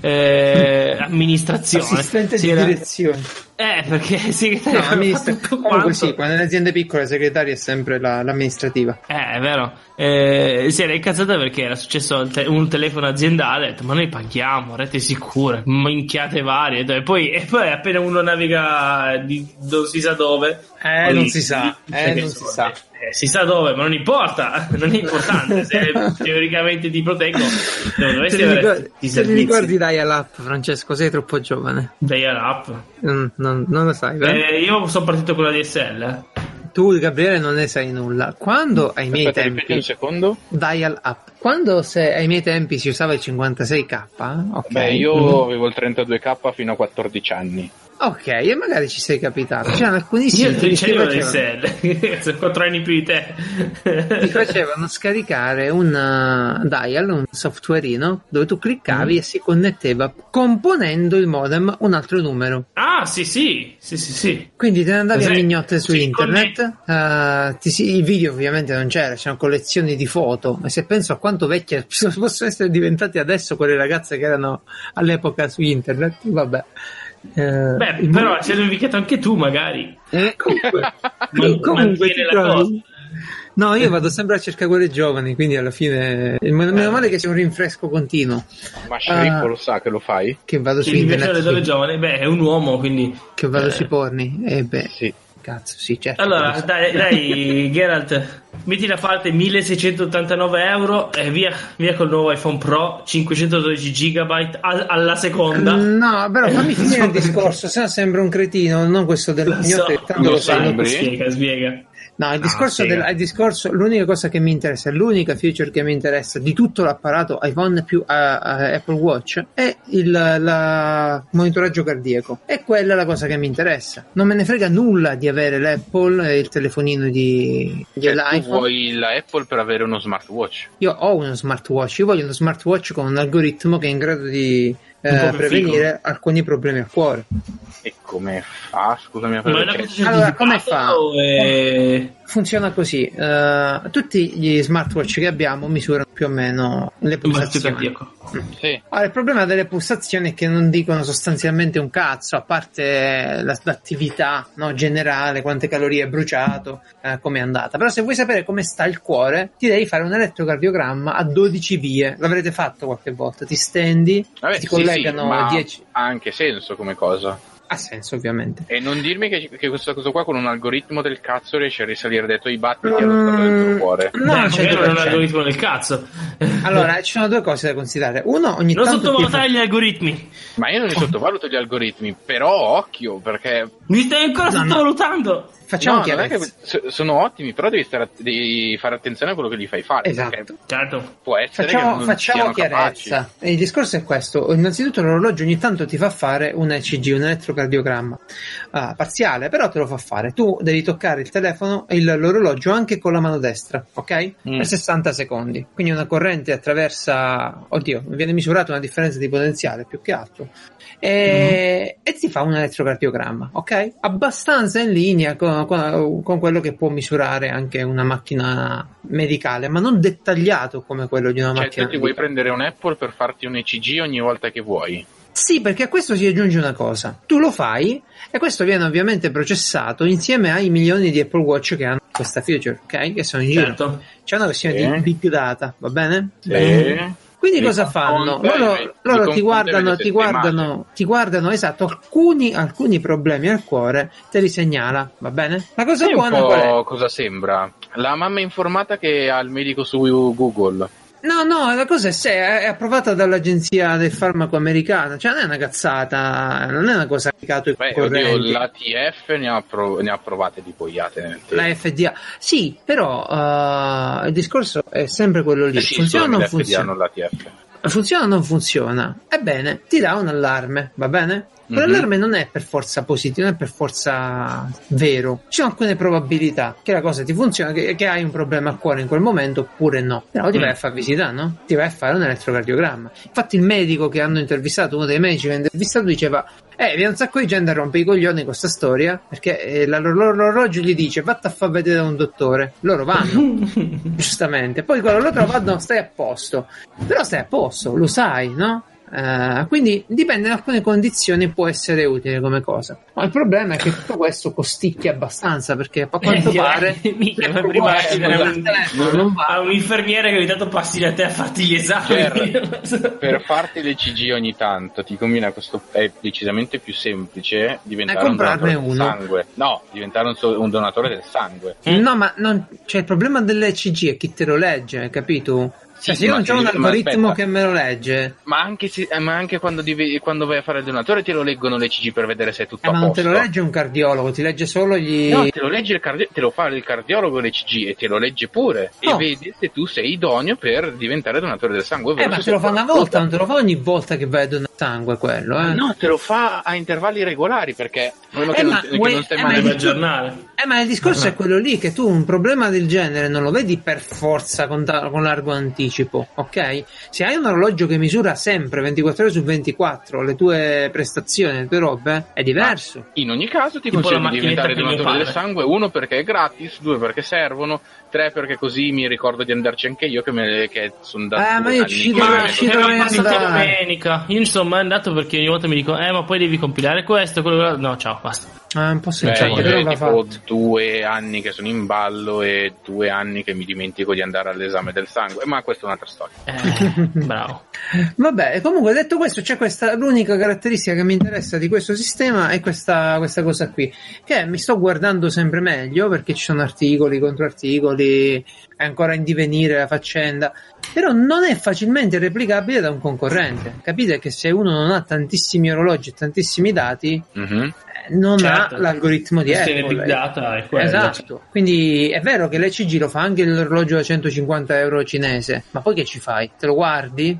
eh, amministrazione. Assistente Si di era- direzione. Eh, perché segretaria No, fa amministra- tutto comunque quanto. sì, quando nelle aziende piccole la segretaria è sempre la- l'amministrativa. Eh, è vero. Eh, si era incazzata perché era successo al te- un telefono aziendale. Ha detto, ma noi paghiamo, rete sicura, minchiate varie. E poi, e poi appena uno naviga di non si sa dove. Eh, poi- non si sa, cioè eh, che non so, si sa. eh, si sa dove, ma non importa. Non è importante. Se teoricamente ti proteggo, non dovresti Se ti avere ricordi, i se ti servizi. ricordi Dial Up, Francesco, sei troppo giovane. Dial up. Non, non- non lo sai, vero? Eh, io sono partito con la D S L. Tu, Gabriele, non ne sai nulla. Quando ai miei Aspetta, ripeti un tempi secondo. Dial Up, quando se, ai miei tempi si usava il cinquantasei K, ok. Beh, io avevo il trentadue K fino a quattordici anni. Ok, e magari ci sei capitato. C'erano alcuni Io siti non che ti c'avevo la D S facevano, L. Sono quattro anni più di te. ti facevano scaricare un uh, dial, un softwareino, dove tu cliccavi Mm. e si connetteva componendo il modem un altro numero. Ah, sì, sì, sì, sì, sì. Quindi te ne andavi a Esatto. mignotte su Sì, internet, eh, ti si- i video ovviamente non c'era, c'erano collezioni di foto, e se penso a quanto vecchie possono essere diventate adesso quelle ragazze che erano all'epoca su internet, vabbè. Eh, Beh, il però mondo- ci hai navigato anche tu, magari. Eh, comunque, Man- comunque mantiene ti la trovi- cosa. No, io vado sempre a cercare quelle giovani, quindi alla fine meno meno male che c'è un rinfresco continuo, Ma Sceriffo Ah. lo sa che lo fai? che vado Chi su gli piace le internet, donne sì, giovani, beh, è un uomo, quindi. che vado eh. sui porni, e beh, Sì. cazzo, sì, certo. Allora, che lo so. dai, dai, Geralt, metti da parte milleseicentottantanove euro e via, via col nuovo iPhone Pro, cinquecentododici giga alla seconda. No, però fammi finire il discorso, sennò sembra un cretino, non questo del Lo so, mignotte, tanto lo lo so. sai. Sembri? Spiega, spiega. No, il discorso, Ah, sì. del, il discorso, l'unica cosa che mi interessa, l'unica feature che mi interessa di tutto l'apparato iPhone più a, a Apple Watch è il la monitoraggio cardiaco. È quella la cosa che mi interessa. Non me ne frega nulla di avere l'Apple e il telefonino di, Cioè, tu dell'iPhone. vuoi la Apple per avere uno smartwatch. Io ho uno smartwatch, io voglio uno smartwatch con un algoritmo che è in grado di Un po' eh, più prevenire figo. alcuni problemi al cuore. E come fa? Scusami, Ma è una perché... cosa Allora, come fa? certificata o è- Funziona così, eh, tutti gli smartwatch che abbiamo misurano più o meno le il battito pulsazioni. cardiaco? Sì. Allora, il problema delle pulsazioni è che non dicono sostanzialmente un cazzo, a parte la- l'attività, no, generale, quante calorie hai bruciato, eh, come è andata. Però se vuoi sapere come sta il cuore, ti devi fare un elettrocardiogramma a dodici vie. L'avrete fatto qualche volta, ti stendi, Vabbè, ti sì, collegano sì, ma dieci. ha anche senso come cosa. Ha senso, ovviamente. E non dirmi che, che questa cosa qua con un algoritmo del cazzo riesce a risalire dai tuoi battiti allo stato del tuo cuore. No, Beh, magari cento non per è un cento. algoritmo del cazzo. Allora, ci sono due cose da considerare. Uno, ogni Non tanto ti sottovalutare gli algoritmi. Ma io non li sottovaluto gli algoritmi, però occhio, perché... Mi stai ancora No, no. sottovalutando. facciamo no, non è che chiarezza. so- sono ottimi, però devi, stare, devi fare attenzione a quello che gli fai fare. Esatto. Perché Certo. può essere Facciamo, che non facciamo siano chiarezza. capaci. E il discorso è questo. Innanzitutto l'orologio ogni tanto ti fa fare un E C G, un elettrocardiogramma ah, parziale, però te lo fa fare. Tu devi toccare il telefono e il- l'orologio anche con la mano destra, ok? Mm. Per sessanta secondi. Quindi una corrente attraversa, oddio, viene misurata una differenza di potenziale più che altro. E, e ti fa un elettrocardiogramma, ok? Abbastanza in linea con, con- con quello che può misurare anche una macchina medicale, ma non dettagliato come quello di una Cioè, macchina tu ti vuoi medicale. prendere un Apple per farti un E C G ogni volta che vuoi. Sì, perché a questo si aggiunge una cosa. Tu lo fai e questo viene ovviamente processato insieme ai milioni di Apple Watch che hanno questa feature, ok? Che sono in giro. Certo. C'è una versione Sì. di big data, va bene? Sì. Quindi Li cosa fanno? confronta Loro, e- li loro ti confronta e guardano, vede se ti sei guardano, ti guardano, esatto, alcuni, alcuni problemi al cuore, te li segnala, va bene? La cosa Sai un buona qual è? po' cosa sembra? La mamma informata che ha il medico su Google. No, no, la cosa è, se è approvata dall'agenzia del farmaco americana, cioè non è una cazzata, non è una cosa applicata ai Beh, concorrenti. oddio, l'A T F ne ha, prov- ne ha provate di boiate nel tempo. La F D A, sì, però uh, il discorso è sempre quello lì. Eh sì, funziona o scusami, non l'F D A, funziona? non l'A T F. Funziona o non funziona? Ebbene, ti dà un allarme, va bene? Quell'allarme non è per forza positivo, non è per forza vero. Ci sono alcune probabilità che la cosa ti funziona, che, che hai un problema al cuore in quel momento oppure no. Però ti vai a fare visita, no? Ti vai a fare un elettrocardiogramma. Infatti il medico che hanno intervistato, uno dei medici che hanno intervistato, diceva eh, viene un sacco di gente a rompere i coglioni con questa storia, perché eh, la- l'or- l'orologio gli dice vatti a far vedere da un dottore. Loro vanno, giustamente. Poi quello loro vanno, stai a posto. Però stai a posto, lo sai, no? Eh, quindi dipende da alcune condizioni, può essere utile come cosa, ma il problema è che tutto questo costicchia abbastanza, perché a quanto Eh, pare mica, ma l'Apple prima Watch ci non deve va, un- il telefono non va. a un infermiere che ogni tanto passi da te a farti gli esami. Per farti l'E C G ogni tanto ti conviene, questo è decisamente più semplice diventare E un comprarne donatore del uno. sangue. No, diventare un, so- un donatore del sangue. No, ma non, cioè, il problema dell'E C G è chi te lo legge, capito? Cioè, Sì, se io ma non c'ho se- un ma algoritmo aspetta. che me lo legge, Ma anche, se- eh, ma anche quando, devi- quando vai a fare il donatore ti lo leggono l'E C G per vedere se è tutto eh, a ma non te posto. lo legge un cardiologo, ti legge solo gli. No, te lo legge il cardio- te lo fa il cardiologo l'E C G e te lo legge pure. No. E vedi se tu sei idoneo per diventare donatore del sangue. Eh, ovvero ma se te lo sei fa una pronto. volta, non te lo fa ogni volta che vai a donare sangue quello, eh? No, te lo fa a intervalli regolari perché quello che, Eh, non, ma che vuoi- non stai eh, ma male il- il giornale. Eh, ma il discorso è quello lì, che tu un problema del genere non lo vedi per forza con, ta- con largo anticipo, ok? Se hai un orologio che misura sempre ventiquattro ore su ventiquattro le tue prestazioni, le tue robe, è diverso. In ogni caso ti Tipo consiglio la di diventare macchinetta che mio donatore del padre. sangue, uno perché è gratis, due perché servono, tre perché così mi ricordo di andarci anche io che, me, che sono da Eh, due ma io anni ci che devo- me ne ci metto dovrei dentro. Passate andare. domenica. Io non sono mai andato perché ogni volta mi dicono eh ma poi devi compilare questo, quello, quello. No, ciao, basta. È un po' Beh, sensato, io però è va tipo fatto. due anni che sono in ballo e due anni che mi dimentico di andare all'esame del sangue, ma questa è un'altra storia. Eh, bravo. Vabbè, comunque detto questo, c'è questa, l'unica caratteristica che mi interessa di questo sistema è questa, questa cosa qui, che mi sto guardando sempre meglio perché ci sono articoli contro articoli, è ancora in divenire la faccenda, però non è facilmente replicabile da un concorrente. Capite che se uno non ha tantissimi orologi e tantissimi dati, Mhm. eh, non Certo. ha l'algoritmo di Questione Apple. big data è quello, Esatto. Quindi è vero che l'E C G lo fa anche l'orologio da centocinquanta euro cinese, ma poi che ci fai? Te lo guardi?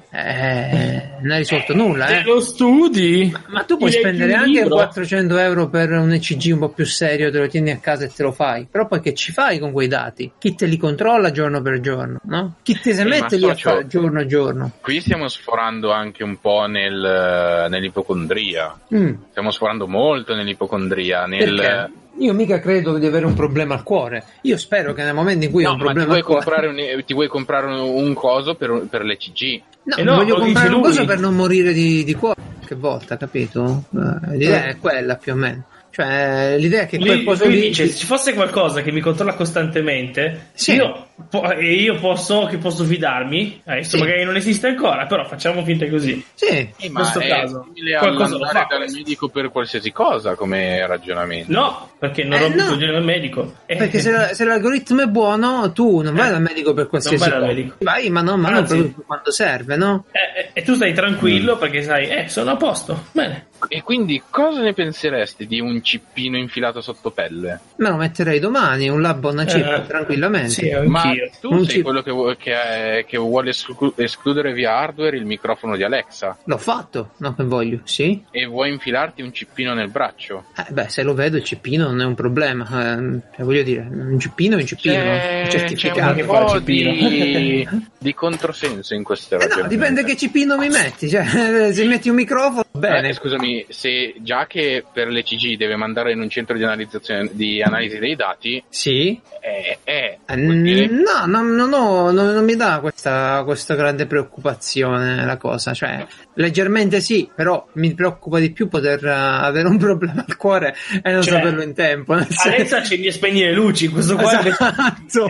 Eh, non hai risolto nulla, Te eh. lo studi? Ma tu puoi Ti leggi spendere un anche libro? quattrocento euro per un E C G un po' più serio, te lo tieni a casa e te lo fai. Però poi che ci fai con quei dati? Chi te li controlla giorno per giorno, no? Chi te se Sì, mette ma lì a socio- fare giorno a giorno? Qui stiamo sforando anche un po' nel, nell'ipocondria. Mm. Stiamo sforando molto nell'ipocondria. Nel... Perché? Io mica credo di avere un problema al cuore. Io spero che nel momento in cui ho No, un ma ti problema vuoi, al cuore... comprare un, ti vuoi comprare un, un coso per, per l'E C G? No, Eh no, voglio lo comprare dice una cosa lui. per non morire di, di cuore qualche volta, capito? Eh, l'idea è quella più o meno. Cioè, l'idea è che quel Lui, coso lui lì... dice: se ci fosse qualcosa che mi controlla costantemente, Sì. io, po- e io posso che posso fidarmi. Adesso Sì. magari non esiste ancora, però facciamo finta così. Sì, Eh, In ma questo è caso, simile qualcosa lo all'andare fa dal questo. medico per qualsiasi cosa come ragionamento. No, perché non Eh, rompi no. il coglione al medico. Eh, perché se, la- se l'algoritmo è buono, tu non vai dal medico per qualsiasi Non vai dal cosa. medico. Vai, ma, no, ma non Anzi. proprio quando serve, no? eh, eh, e tu stai tranquillo Mm. perché sai, eh, sono a posto. Bene. E quindi cosa ne penseresti di un cippino infilato sotto pelle? Me lo metterei domani, un lab on a chip, Eh, tranquillamente. Sì, Ma anch'io. tu Non sei ci- quello che, vu- che, è- che vuole esclu- escludere via hardware il microfono di Alexa L'ho fatto, no che voglio, sì. e vuoi infilarti un cippino nel braccio. Eh, beh, se lo vedo il cippino non è un problema. Eh, cioè, voglio dire, un cippino è un cippino, C'è, un c'è certificato. un Che fa il po' cippino. di, di controsenso in questo Eh no, dipende che cippino mi metti. Cioè, se metti un microfono, bene. Eh, scusami, se già che per l'E C G deve mandare in un centro di analizzazione di analisi dei dati, Sì. eh, eh, Eh, vuol dire- No, non, non, ho- non- non mi dà questa, questa grande preoccupazione la cosa, cioè leggermente sì, però mi preoccupa di più poter eh, avere un problema al cuore e non Cioè, saperlo in tempo. nel senso- Alexa accendi e spegni le luci, questo qua invece- Esatto.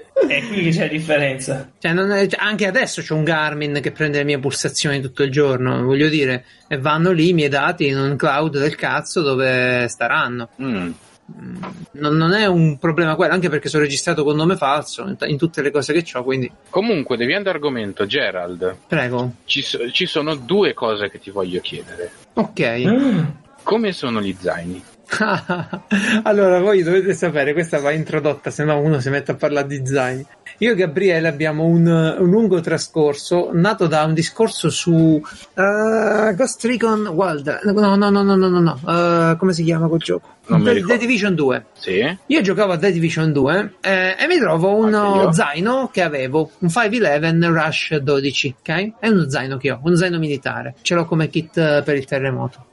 è qui che c'è la differenza. Cioè, non è- cioè, anche adesso c'è un Garmin che prende le mie pulsazioni tutto il giorno, voglio dire, e vanno lì i miei dati in un cloud del cazzo dove staranno. Mm. Non, non è un problema quello, anche perché sono registrato con nome falso in, in tutte le cose che ho, quindi Comunque, deviando argomento, Gerald, prego. ci, so- ci sono due cose che ti voglio chiedere. Ok. Mm. Come sono gli zaini? Allora, voi dovete sapere, questa va introdotta, se no uno si mette a parlare di zaini. Io e Gabriele abbiamo un, un lungo trascorso nato da un discorso su uh, Ghost Recon Wild. No, no, no, no, no, no, no. Uh, come si chiama quel gioco? Non mi The, ricordo. The Division due. Sì? Io giocavo a The Division due eh, e mi trovo Anche uno io. zaino che avevo, un cinque undici Rush dodici, ok? È uno zaino che ho, uno zaino militare. Ce l'ho come kit eh, per il terremoto.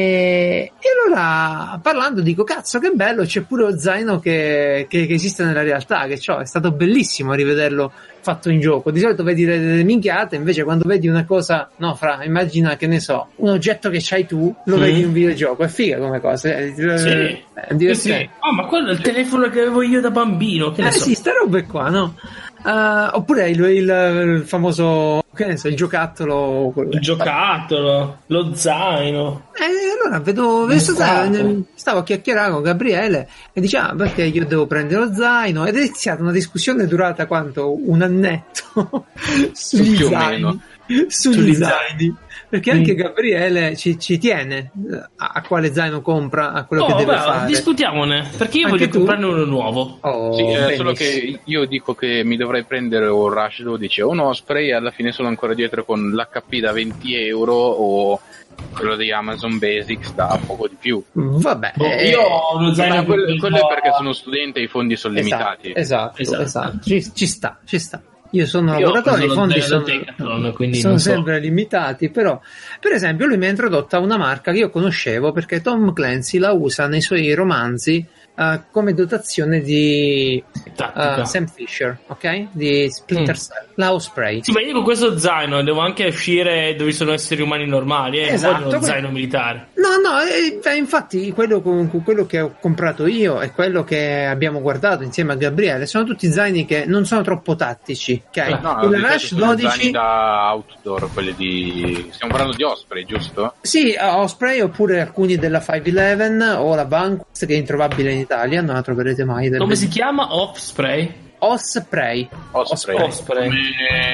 E, e allora, parlando, dico, cazzo, che bello, c'è pure lo zaino che, che, che esiste nella realtà, che c'ho. È stato bellissimo rivederlo fatto in gioco. Di solito vedi delle, delle minchiate, invece quando vedi una cosa, no, fra, immagina che ne so, un oggetto che c'hai tu, lo Mm. vedi in un videogioco, è figa come cosa. Eh, Sì. è Sì, divertente. sì. Oh, ma quello è il telefono che avevo io da bambino. Che ne Eh so. sì, ste robe qua, no? Uh, oppure il, il, il famoso, che ne so, il giocattolo. quello- Il giocattolo, lo zaino. Eh, allora vedo, vedo sto Esatto. zaino, stavo a chiacchierare con Gabriele e dice, ah, perché io devo prendere lo zaino? Ed è iniziata una discussione durata quanto? Un annetto sugli Più o zaini. meno. Sugli Sugli zaini. Perché anche Gabriele ci, ci tiene a, a quale zaino compra, a quello che Oh, deve beh, fare. discutiamone. Perché io Anche voglio tu? comprarne uno nuovo. Oh, Sì, eh, solo benissimo. che io dico che mi dovrei prendere un Rush dodici o un Osprey e alla fine sono ancora dietro con l'H P da venti euro o quello di Amazon Basics da poco di più. Vabbè, Boh, eh, io ho uno zaino Ma che quello, preso- quello è perché sono studente e i fondi sono limitati. Esatto, esatto, Esatto. esatto. Ci, ci sta, ci sta. Io sono Io ho lavoratore, i preso lo fondi zaino sono, da Decathlon, quindi sono non so. sempre limitati, però per esempio lui mi ha introdotto a una marca che io conoscevo perché Tom Clancy la usa nei suoi romanzi eh, come dotazione di Tattica. eh, Sam Fisher, ok? Di Splinter Mm. Cell, la Osprey. Sì, ma io con questo zaino devo anche uscire dove sono esseri umani normali, eh. Esatto, Non voglio uno que- zaino militare. No, no, eh, eh, infatti quello, con- con quello che ho comprato io e quello che abbiamo guardato insieme a Gabriele sono tutti zaini che non sono troppo tattici, ok? No, Il di solito Rush sono zaini dodici, da outdoor, quelli di... Stiamo parlando di Osprey, giusto? sì, Osprey oppure alcuni della cinque undici o la Vanquist che è introvabile in Italia, non la troverete mai. del- Come si chiama? Offspray? Osprey. Osprey. Osprey. Come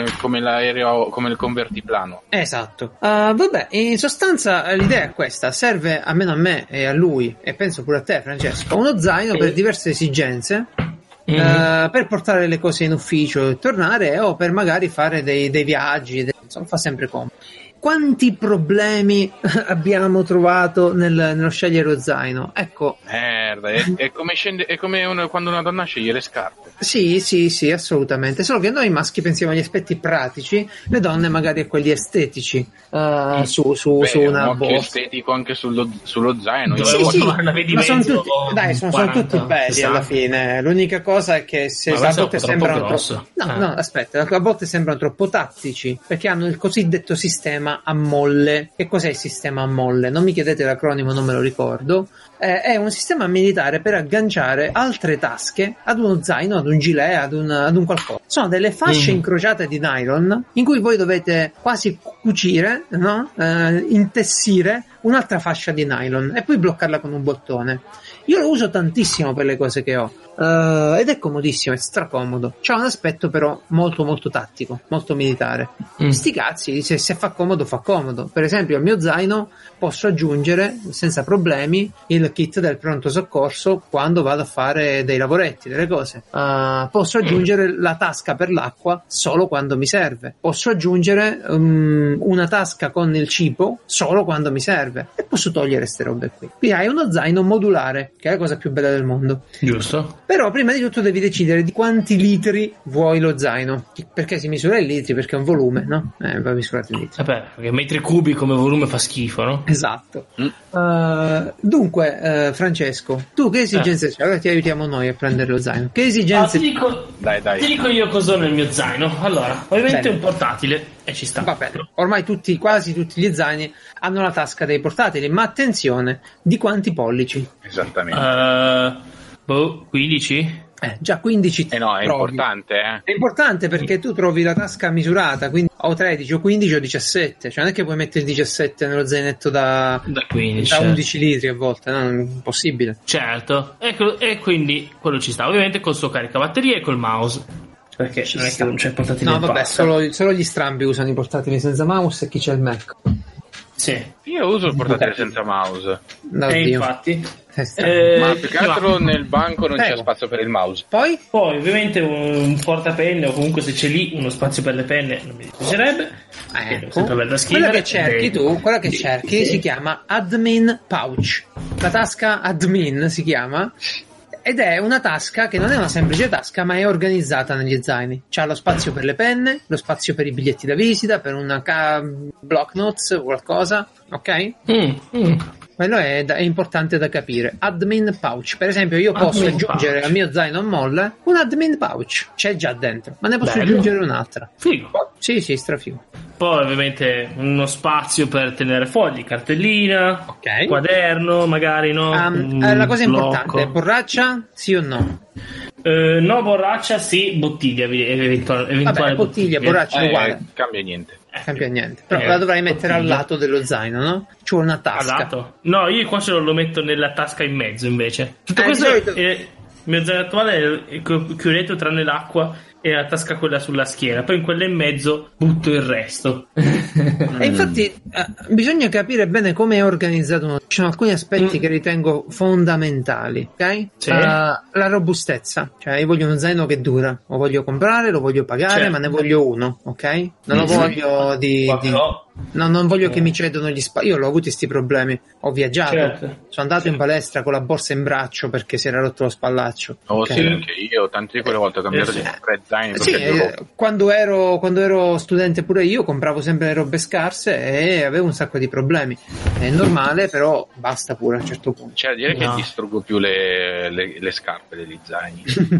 come l'aereo, come il convertiplano. Esatto. Uh, vabbè, in sostanza l'idea è questa: serve almeno a me e a lui, e penso pure a te, Francesco, uno zaino sì. per diverse esigenze. Mm-hmm. Uh, per portare le cose in ufficio e tornare, o per magari fare dei, dei viaggi, dei, insomma, fa sempre comodo. Quanti problemi abbiamo trovato nel, nello scegliere lo zaino? Ecco. Merda, è, è come, scende, è come una, quando una donna sceglie le scarpe. Sì, sì, sì, assolutamente. Solo che noi maschi pensiamo agli aspetti pratici, le donne magari a quelli estetici. Uh, su, su, Beh, su una un occhio borsa. estetico anche sullo, sullo zaino. Io Sì, lo sì, voglio- una vedi ma sono mezzo tutti, dai, sono, sono quaranta, tutti belli sessanta. alla fine. L'unica cosa è che se Ma a questo volte è troppo sembrano grosso. troppo, no, Eh. no, aspetta, a volte sembrano troppo tattici perché hanno il cosiddetto sistema a molle. Che cos'è il sistema a molle? Non mi chiedete l'acronimo, non me lo ricordo. Eh, è un sistema militare per agganciare altre tasche ad uno zaino, ad un gilet, ad un, ad un qualcosa. Sono delle fasce Mm. incrociate di nylon in cui voi dovete quasi cucire, no? Eh, intessire un'altra fascia di nylon e poi bloccarla con un bottone. Io lo uso tantissimo per le cose che ho, eh, ed è comodissimo, è stracomodo. C'ha un aspetto però molto molto tattico, molto militare. Mm. Sti cazzi, se, se fa comodo fa comodo. Per esempio al mio zaino posso aggiungere senza problemi il kit del pronto soccorso quando vado a fare dei lavoretti, delle cose. Uh, posso aggiungere la tasca per l'acqua solo quando mi serve. Posso aggiungere um, una tasca con il cibo solo quando mi serve. E posso togliere ste robe qui. Qui hai uno zaino modulare, che è la cosa più bella del mondo. Giusto. Però prima di tutto devi decidere di quanti litri vuoi lo zaino. Perché si misura in litri, perché è un volume, no? Eh, va misurato in litri. Vabbè, perché metri cubi come volume fa schifo, no? Esatto. Mm. Uh, dunque, uh, Francesco, tu che esigenze c'hai? Allora ti aiutiamo noi a prendere lo zaino. Che Ah, esigenze ti, dico, Dai, dai. ti dico io cosa ho nel mio zaino. Allora, ovviamente Bene. un portatile e ci sta. Va bene, ormai tutti, quasi tutti gli zaini hanno la tasca dei portatili, ma attenzione, di quanti pollici? Esattamente. Uh, boh, quindici? Eh, già quindici. Eh no, è trovi. importante, eh. È importante perché tu trovi la tasca misurata, quindi o tredici o quindici o diciassette, cioè non è che puoi mettere il diciassette nello zainetto da, Da quindici. da undici litri a volte, no? È impossibile. Certo, ecco, e quindi quello ci sta. Ovviamente col suo caricabatterie e col mouse. Perché Ci non è sta. che non c'è portatile No, in vabbè, pasta. solo, solo gli strambi usano i portatili senza mouse e chi c'ha il Mac. Sì, Io uso il portatile senza mouse. No, e Dio. infatti. Eh, sta- Eh, Ma più che altro nel banco non c'è Prego. spazio per il mouse. Poi? Poi ovviamente un, un portapenne o comunque se c'è lì uno spazio per le penne non mi dispiacerebbe. Ecco, Sempre bello da scrivere. quella che cerchi Dei- tu, quella che sì, cerchi sì. si chiama admin pouch. La tasca admin si chiama, ed è una tasca che non è una semplice tasca, ma è organizzata negli zaini. C'ha lo spazio per le penne, lo spazio per i biglietti da visita, per una ca- block notes o qualcosa, ok? Mm, mm. Quello è, da- è importante da capire. Admin pouch. Per esempio, io posso Admin aggiungere pouch. al mio zaino a molle un admin pouch. C'è già dentro, ma ne posso Bello. aggiungere un'altra. Figo. Sì, sì, strafigo. Poi ovviamente uno spazio per tenere fogli, cartellina, Ok. quaderno, magari no. Um, Un eh, la cosa blocco. importante è borraccia, sì o no? Eh, no, borraccia, sì, bottiglia, ev- eventuale, eventuale Vabbè, bottiglia, borraccia Eh, uguale, cambia niente. non cambia niente. Però Eh, la dovrai mettere al bottiglia. lato dello zaino, no? Ci vuole una tasca. Esatto. No, io qua ce lo, lo metto nella tasca in mezzo invece. Tutto Eh, questo di solito- è, il mio zaino attuale è chi- chiudetto tranne l'acqua e la tasca quella sulla schiena. Poi in quella in mezzo butto il resto. E infatti eh, bisogna capire bene come è organizzato uno. Ci sono alcuni aspetti Mm. che ritengo fondamentali, ok? Sì. Eh, la robustezza, cioè io voglio uno zaino che dura, lo voglio comprare, lo voglio pagare, Certo. ma ne voglio uno, ok? Non lo Sì. voglio di, Qua di- però- no, non voglio che mi cedono gli spazi. Io l'ho avuto questi problemi, ho viaggiato, Certo. sono andato in palestra con la borsa in braccio perché si era rotto lo spallaccio. Oh ok? sì, anche io, tante di quelle volte ho cambiato Eh, sì. di tre zaini Sì, perché avevo- eh, quando ero, quando ero studente pure io compravo sempre le robe scarse e avevo un sacco di problemi. È normale, però basta pure a un certo punto. c'è da dire che No. distruggo più le, le- le scarpe degli zaini.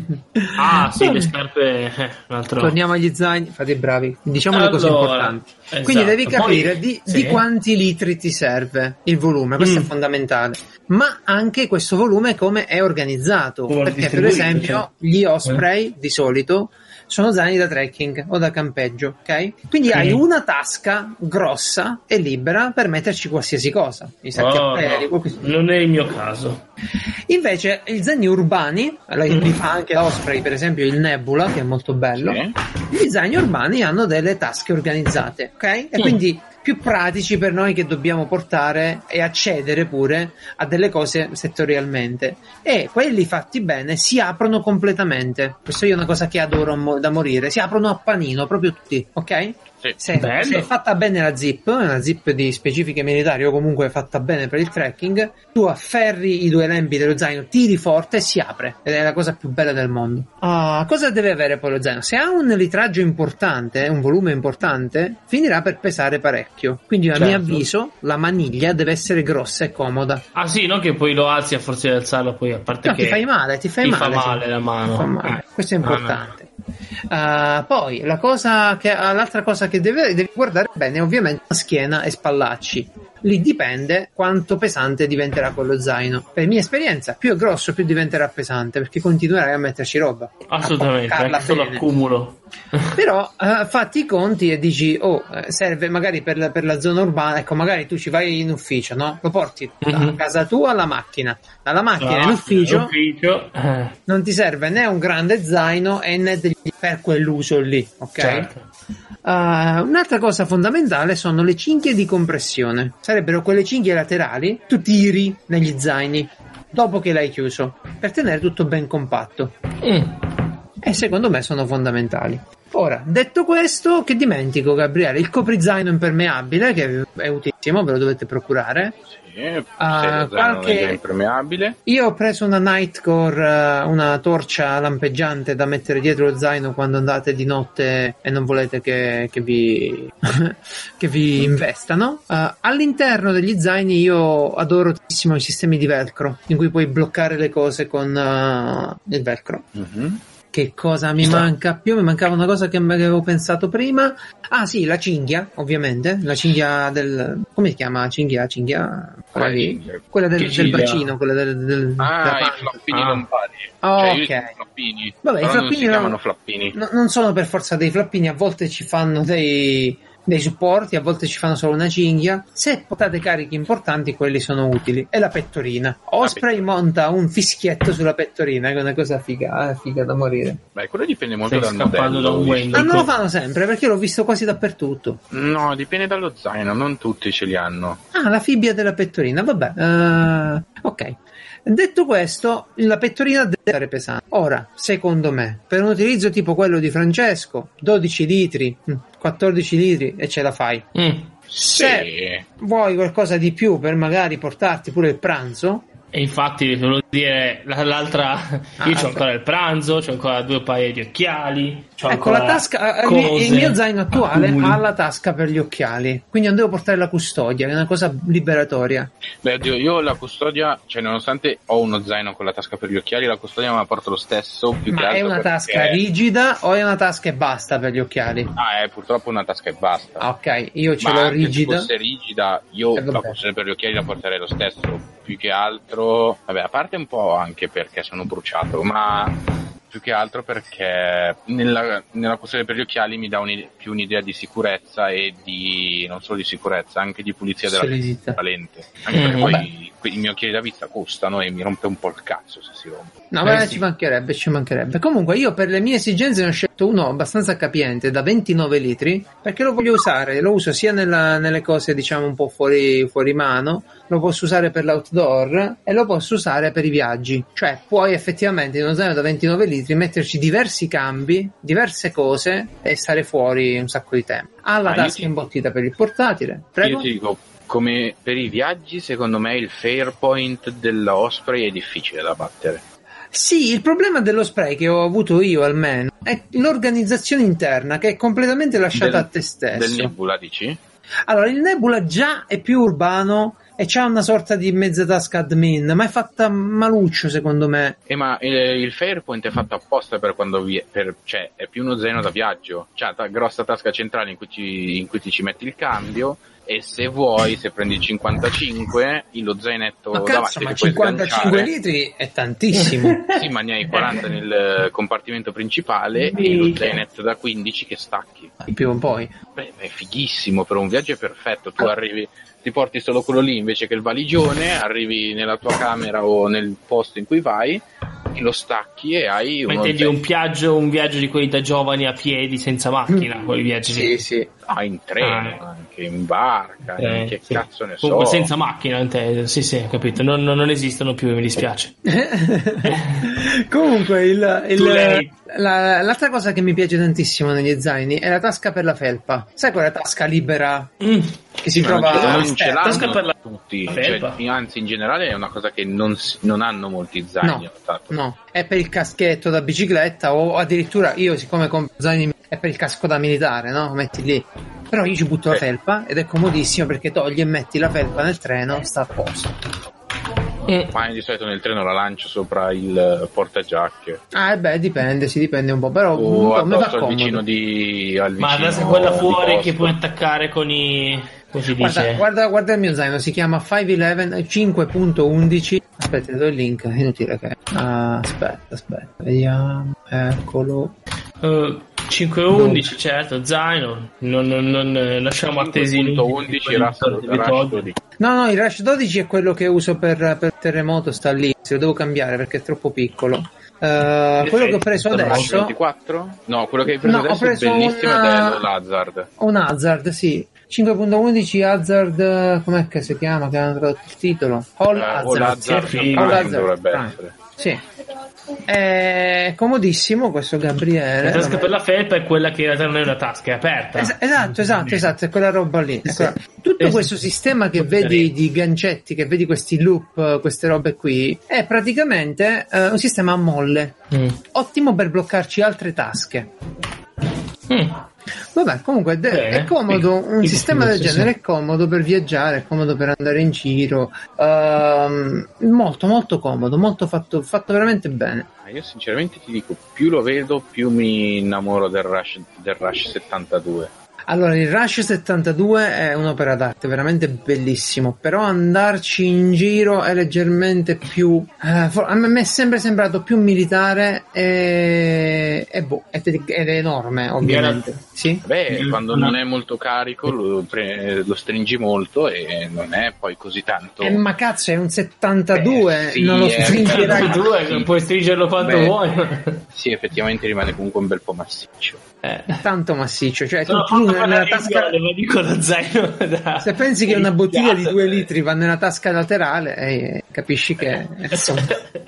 Ah, sì, le scarpe. Eh, un altro. Torniamo agli zaini, fate i bravi, diciamo le cose Allora, importanti. esatto. Quindi devi Poi- capire di, sì. di quanti litri ti serve il volume, questo Mm. è fondamentale. Ma anche questo volume come è organizzato. Come perché per distribuito, esempio cioè. gli Osprey di solito sono zaini da trekking o da campeggio, ok? Quindi hai una tasca grossa e libera per metterci qualsiasi cosa, i sacchi Oh, a peli, no, qualche- non è il mio caso. Invece i zaini urbani, li li fa anche Osprey, per esempio il Nebula, che è molto bello. Sì. Gli zaini urbani hanno delle tasche organizzate, ok? E Mm. quindi più pratici per noi che dobbiamo portare e accedere pure a delle cose settorialmente. E quelli fatti bene si aprono completamente. Questa è una cosa che adoro mo- da morire. Si aprono a panino, proprio tutti, ok? Sì. Se, Bello. se è fatta bene la zip, una zip di specifiche militari o comunque fatta bene per il trekking, tu afferri i due lembi dello zaino, tiri forte e si apre. Ed è la cosa più bella del mondo. Ah, cosa deve avere poi lo zaino? Se ha un litraggio importante, un volume importante, finirà per pesare parecchio. Quindi a mio Certo. avviso la maniglia deve essere grossa e comoda. Ah sì, non che poi lo alzi a forza di alzarlo, poi a parte No, che ti fai male, ti fai ti male. fa sì. male la mano. Ti fa male. Eh. Questo è Ah, no. importante. Uh, poi la cosa che l'altra cosa che deve, devi guardare bene è ovviamente la schiena e spallacci. Lì dipende quanto pesante diventerà quello zaino. Per mia esperienza, più è grosso, più diventerà pesante, perché continuerai a metterci roba. Assolutamente, a portarla anche solo bene. accumulo. Però eh, fatti i conti e dici, oh, eh, serve magari per la, per la zona urbana, ecco, magari tu ci vai in ufficio, no? Lo porti da Mhm. casa tua alla macchina, dalla macchina in Ah, ufficio. ufficio. Eh, Non ti serve né un grande zaino e né degli per quell'uso lì, ok? certo. Uh, un'altra cosa fondamentale sono le cinghie di compressione. Sarebbero quelle cinghie laterali, tu tiri negli zaini dopo che l'hai chiuso per tenere tutto ben compatto. Mm. E secondo me sono fondamentali. Ora, detto questo, che dimentico, Gabriele? Il coprizaino impermeabile, che è utilissimo, ve lo dovete procurare. Sì, se Ah, lo zaino qualche- non è già impermeabile. Io ho preso una Nightcore, eh, una torcia lampeggiante da mettere dietro lo zaino quando andate di notte e non volete che, che vi che vi investano. Eh, all'interno degli zaini io adoro tantissimo i sistemi di velcro, in cui puoi bloccare le cose con eh, il velcro. Mhm. Che cosa mi Sta. manca più? Mi mancava una cosa che avevo pensato prima. Ah sì, la cinghia, ovviamente. La cinghia del... come si chiama? Cinghia? Cinghia? Quella, Quale lì? cinghia? Quella del, Che del cinghia? bacino, quella del... del della Ah, i pancia. flappini Ah. lompari. Oh, Cioè, io ok. dico flappini. Vabbè, i però non flappini si no- chiamano flappini. No, non sono per forza dei flappini, a volte ci fanno dei, dei supporti, a volte ci fanno solo una cinghia. Se portate carichi importanti, quelli sono utili. E la pettorina. Osprey monta un fischietto sulla pettorina, che è una cosa figa, eh, figa da morire. Beh, quello dipende molto Stai dal scappando modello. da un Wayne. Ma non lo fanno sempre, perché l'ho visto quasi dappertutto. No, dipende dallo zaino, non tutti ce li hanno. Ah, la fibbia della pettorina, vabbè. eh, ok. Detto questo, la pettorina deve essere pesante. Ora, secondo me, per un utilizzo tipo quello di Francesco, dodici litri, mm, quattordici litri e ce la fai. Mm. Se Sì. vuoi qualcosa di più per magari portarti pure il pranzo, E infatti, volevo dire, la- l'altra, Ah, io ho aspetta. ancora il pranzo, c'ho ancora due paia di occhiali, c'ho ecco, ancora la tasca, eh, cose, il mio zaino attuale accumuli. ha la tasca per gli occhiali, quindi non devo portare la custodia, che è una cosa liberatoria. Beh, oddio, io la custodia, cioè nonostante ho uno zaino con la tasca per gli occhiali, la custodia me la porto lo stesso, più che Ma è altro una perché- tasca rigida o è una tasca e basta per gli occhiali? Ah, è purtroppo una tasca e basta. Ah, ok, io ce Ma l'ho anche rigida. se fosse rigida, io Eh, vabbè. la custodia per gli occhiali la porterei lo stesso. Più che altro, vabbè, a parte un po' anche perché sono bruciato, ma più che altro perché nella, nella custodia per gli occhiali mi dà un'idea- più un'idea di sicurezza e di, non solo di sicurezza, anche di pulizia della Solidità. della lente. Anche perché Mm, poi que- i miei occhiali da vista costano e mi rompe un po' il cazzo se si rompe. No, Eh, ma sì. ci mancherebbe, ci mancherebbe. Comunque io per le mie esigenze ne ho scelto uno abbastanza capiente da ventinove litri perché lo voglio usare, lo uso sia nella- nelle cose diciamo un po' fuori, fuori mano, lo posso usare per l'outdoor e lo posso usare per i viaggi. Cioè puoi effettivamente in uno zaino da ventinove litri metterci diversi cambi, diverse cose e stare fuori un sacco di tempo. Ha la Ah, io tasca ti- imbottita per il portatile. Prego. Io ti dico, come per i viaggi, secondo me il fair point dell'Osprey è difficile da battere. Sì, il problema dello spray che ho avuto io almeno è l'organizzazione interna che è completamente lasciata Del- a te stesso. Del Nebula, dici? Allora, il Nebula già è più urbano e c'ha una sorta di mezza tasca admin, ma è fatta maluccio secondo me. Eh, ma il, il Fairpoint è fatto apposta per quando vi, per, cioè è più uno zaino da viaggio, c'ha ta- grossa tasca centrale in cui, ci, in cui ti ci metti il cambio e se vuoi, se prendi il cinquantacinque, lo zainetto ma davanti cazzo, ma che puoi cinquantacinque sganciare. litri è tantissimo. Sì, ma ne hai quaranta nel compartimento principale e lo zainetto da quindici che stacchi. Più o poi. Beh, è fighissimo, per un viaggio è perfetto. Tu arrivi, ti porti solo quello lì invece che il valigione, arrivi nella tua camera o nel posto in cui vai, lo stacchi e hai Ma uno intendi zaino. un viaggio, un viaggio di quelli da giovani a piedi senza macchina, quei viaggi lì? Sì, sì. Ah, in treno, Ah. anche in barca, Eh, che sì. cazzo ne Comunque so. senza macchina, inte- sì sì, ho capito, non, non- non esistono più, mi dispiace. Comunque il, il- Tu lei. la- l'altra cosa che mi piace tantissimo negli zaini è la tasca per la felpa. Sai quella tasca libera Mm. che si Sì, ma trova non ce- non ce esterna? tasca l'hanno per la tutti, la cioè, felpa. anzi in generale è una cosa che non, si- non hanno molti zaini, ho No, notato. no, è per il caschetto da bicicletta o addirittura io siccome compro zaini è per il casco da militare, no? Metti lì. Però io ci butto la Eh. felpa ed è comodissimo perché togli e metti la felpa nel treno, sta a posto. Mm. Ma di solito nel treno la lancio sopra il portagiacche Ah, e beh, dipende, si dipende un po', però un o po' mi fa addosso al vicino comodo. di al Ma vicino adesso quella di fuori posto. che puoi attaccare con i... come si Guarda, dice? guarda, guarda il mio zaino, si chiama cinque cinque punto undici. Aspetta, ti do il link, è inutile che. Ah, aspetta, aspetta, vediamo. Eccolo. Uh, cinque undici, certo, zaino, non, non, non eh, lasciamo attesi cinque punto undici Rush Rush dodici. No, no, il Rush dodici è quello che uso per, per terremoto, sta lì. Se lo devo cambiare perché è troppo piccolo. Eh, quello che ho preso Rush adesso. ventiquattro? No, quello che hai preso No, ho adesso preso è bellissimo una- ed è l'Hazard. Un Hazard, sì. cinque punto undici Hazard, com'è che si chiama? Che hanno tradotto il titolo? All Eh, o Hazard. l'Hazard sì, Prime All Hazard dovrebbe Prime. essere. Sì. È comodissimo questo Gabriele. La tasca Vabbè. per la felpa è quella che in realtà non è una tasca, è aperta. Es- esatto, esatto, esatto, è quella roba lì. è quella- Tutto Es- questo sistema che vedi di gancetti, che vedi questi loop, eh, queste robe qui, è praticamente eh, un sistema a molle. Mm. Ottimo per bloccarci altre tasche. Mm. Vabbè, comunque de- Bene. è comodo, un Figo, sistema figo, del sì, genere sì. è comodo per viaggiare, è comodo per andare in giro, ehm, molto molto comodo, molto fatto, fatto veramente bene. Ah, io sinceramente ti dico, più lo vedo più mi innamoro del Rush, del Rush settantadue. Allora, il Rush settantadue è un'opera d'arte veramente bellissimo, però andarci in giro è leggermente più... eh, for- a me mi è sempre sembrato più militare e, e boh, ed è, ed è enorme ovviamente. Sì? Beh, Mm. quando non è molto carico lo, pre- lo stringi molto e non è poi così tanto. Eh, ma cazzo, è un settantadue, Eh, sì, non lo eh, stringerai. Tu due, puoi stringerlo quanto Beh, vuoi. Sì, effettivamente rimane comunque un bel po' massiccio. Eh. Tanto massiccio, cioè tu, Sono tu fatto nella parlare tasca... io, dico lo zaino da... Se pensi che una bottiglia di due Eh. litri va nella tasca laterale, eh, capisci che insomma.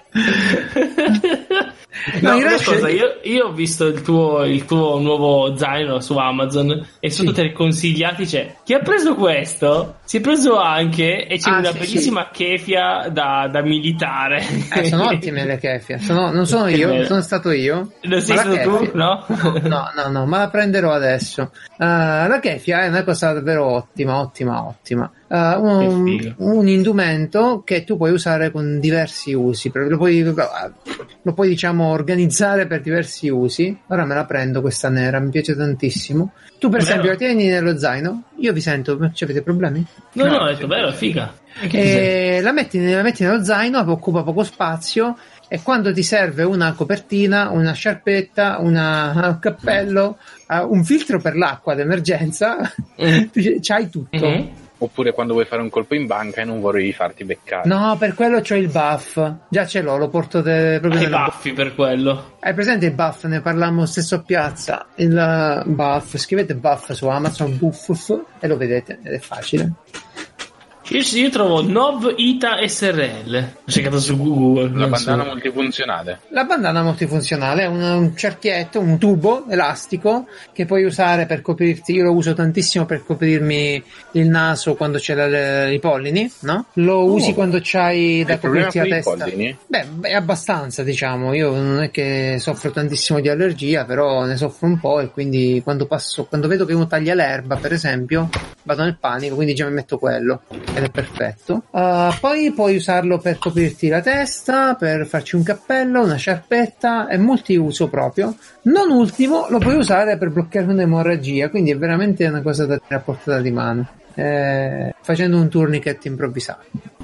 No, No, il una Rush- cosa, io, io ho visto il tuo, il tuo nuovo zaino su Amazon e sotto Sì. te consigliati c'è chi ha preso questo si è preso anche e c'è Ah, una sì, bellissima kefia da, da militare. Eh, sono ottime le kefie, sono- non sono Che io, bello. sono stato io. Non sei Ma la stato tu, kefia- no? No, no, no, ma la prenderò adesso. Uh, la kefia è una cosa davvero ottima, ottima, ottima. Uh, un, Che figo. un indumento che tu puoi usare con diversi usi, lo puoi, lo puoi diciamo organizzare per diversi usi. Ora me la prendo questa nera, mi piace tantissimo. Tu per Vero? esempio la tieni nello zaino? Io vi sento, ci avete problemi? No, no, No, ho detto sì. bello, figa. E la metti, la metti nello zaino, occupa poco spazio e quando ti serve una copertina, una sciarpetta, una, un cappello, uh, un filtro per l'acqua d'emergenza, Mm. c'hai tutto. Mhm. Oppure quando vuoi fare un colpo in banca e non vorrei farti beccare. No, per quello c'ho il buff, già ce l'ho, lo porto de- proprio Hai nella baffi per quello. Hai presente il buff? Ne parlammo stesso a piazza. Il uh, buff, scrivete buff su Amazon, buff, e lo vedete, ed è facile. Io, io trovo Nov Ita S R L. Ho cercato su Google. Una non bandana so. multifunzionale. La bandana multifunzionale è un, un cerchietto, un tubo elastico che puoi usare per coprirti. Io lo uso tantissimo per coprirmi il naso quando c'è la- le- i pollini, no? Lo usi quando c'hai da Hai problema coprirti la con i testa. pollini? Beh, beh, abbastanza, diciamo. Io non è che soffro tantissimo di allergia, però ne soffro un po' e quindi quando passo, quando vedo che uno taglia l'erba, per esempio, vado nel panico, quindi già mi metto quello ed è perfetto. Uh, poi puoi usarlo per coprirti la testa, per farci un cappello, una sciarpetta, è multiuso proprio. Non ultimo, lo puoi usare per bloccare un'emorragia, quindi è veramente una cosa da tenere a portata di mano. eh, facendo un tourniquet improvvisato.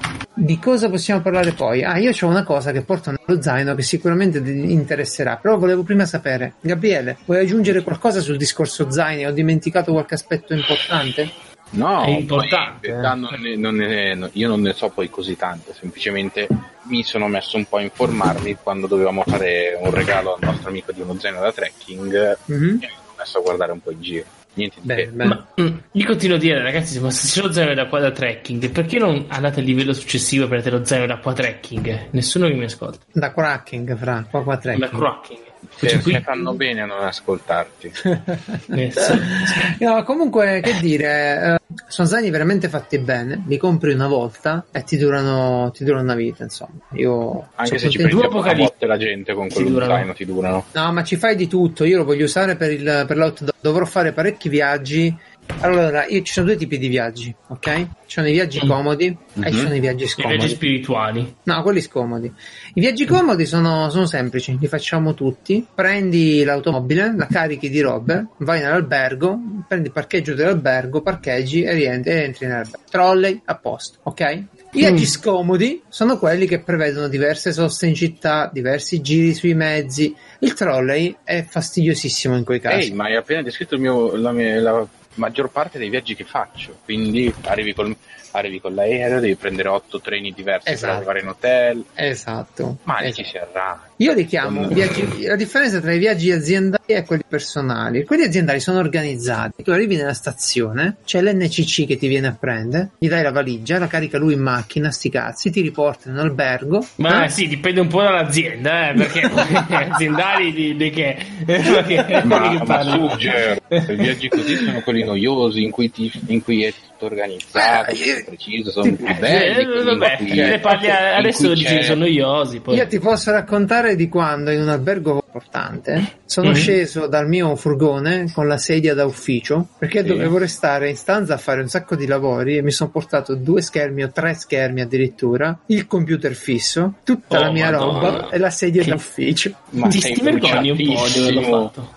Di cosa possiamo parlare poi? Ah, io c'ho una cosa che porto nello zaino che sicuramente ti interesserà, però volevo prima sapere, Gabriele, vuoi aggiungere qualcosa sul discorso zaini? Ho dimenticato qualche aspetto importante? No, È importante, poi, eh. non ne- non ne- io non ne so poi così tante, semplicemente mi sono messo un po' a informarmi quando dovevamo fare un regalo al nostro amico di uno zaino da trekking, Mhm. e mi sono messo a guardare un po' in giro. Niente di Bene, che. bene. Ma mm, io continuo a dire, ragazzi, ma se c'è lo zaino da qua da trekking, perché non andate al livello successivo e prendete lo zaino da qua trekking? Nessuno che mi ascolta. Da cracking, fra, qua qua Da trekking. cracking. Perché qui- fanno bene a non ascoltarti. Eh, sì. No, comunque, che dire, eh, sono zaini veramente fatti bene, li compri una volta e ti durano, ti durano una vita, insomma. Io Anche sono se ci contento- prendi due a apocalittici botte la gente con ti quello durano. zaino ti durano. No, ma ci fai di tutto. Io lo voglio usare per il per l'outdoor. Dovrò fare parecchi viaggi. Allora, io, ci sono due tipi di viaggi, ok? Ci sono i viaggi Mm. comodi e ci Mhm. sono i viaggi I scomodi. viaggi spirituali. No, quelli scomodi. I viaggi comodi sono, sono semplici, li facciamo tutti. Prendi l'automobile, la carichi di robe, vai nell'albergo, prendi il parcheggio dell'albergo, parcheggi e rientri, e entri nell'albergo. Trolley a posto, ok? I viaggi Mm. scomodi sono quelli che prevedono diverse soste in città, diversi giri sui mezzi. Il trolley è fastidiosissimo in quei casi. Ehi, ma hai appena descritto il mio, la, mia, la maggior parte dei viaggi che faccio, quindi arrivi, col, arrivi con l'aereo, devi prendere otto treni diversi Esatto. per arrivare in hotel, Esatto. ma lì esatto. ci si arrangia. Io li chiamo Con- viaggi, la differenza tra i viaggi aziendali e quelli personali. Quelli aziendali sono organizzati. Tu arrivi nella stazione, c'è l'N C C che ti viene a prendere, gli dai la valigia, la carica lui in macchina, sti cazzi, ti riporta in albergo. Ma eh? sì, dipende un po' dall'azienda, eh, perché aziendali di, di che? Perché- Ma, che ma parli? su, Ger, i viaggi così sono quelli noiosi, in cui, ti, in cui è tutto organizzato, Eh, io- tutto preciso, sono più belli. Eh, quelli in vabbè, cui- ne parli in adesso cui dici c'è- che sono noiosi. Poi. Io ti posso raccontare di quando in un albergo importante sono Mhm. sceso dal mio furgone con la sedia da ufficio perché Sì. dovevo restare in stanza a fare un sacco di lavori e mi sono portato due schermi o tre schermi addirittura, il computer fisso, tutta Oh, la mia Madonna. roba e la sedia Che- da ufficio. Ma ti sei sti vergogni un po' di averlo bruciatissimo. fatto.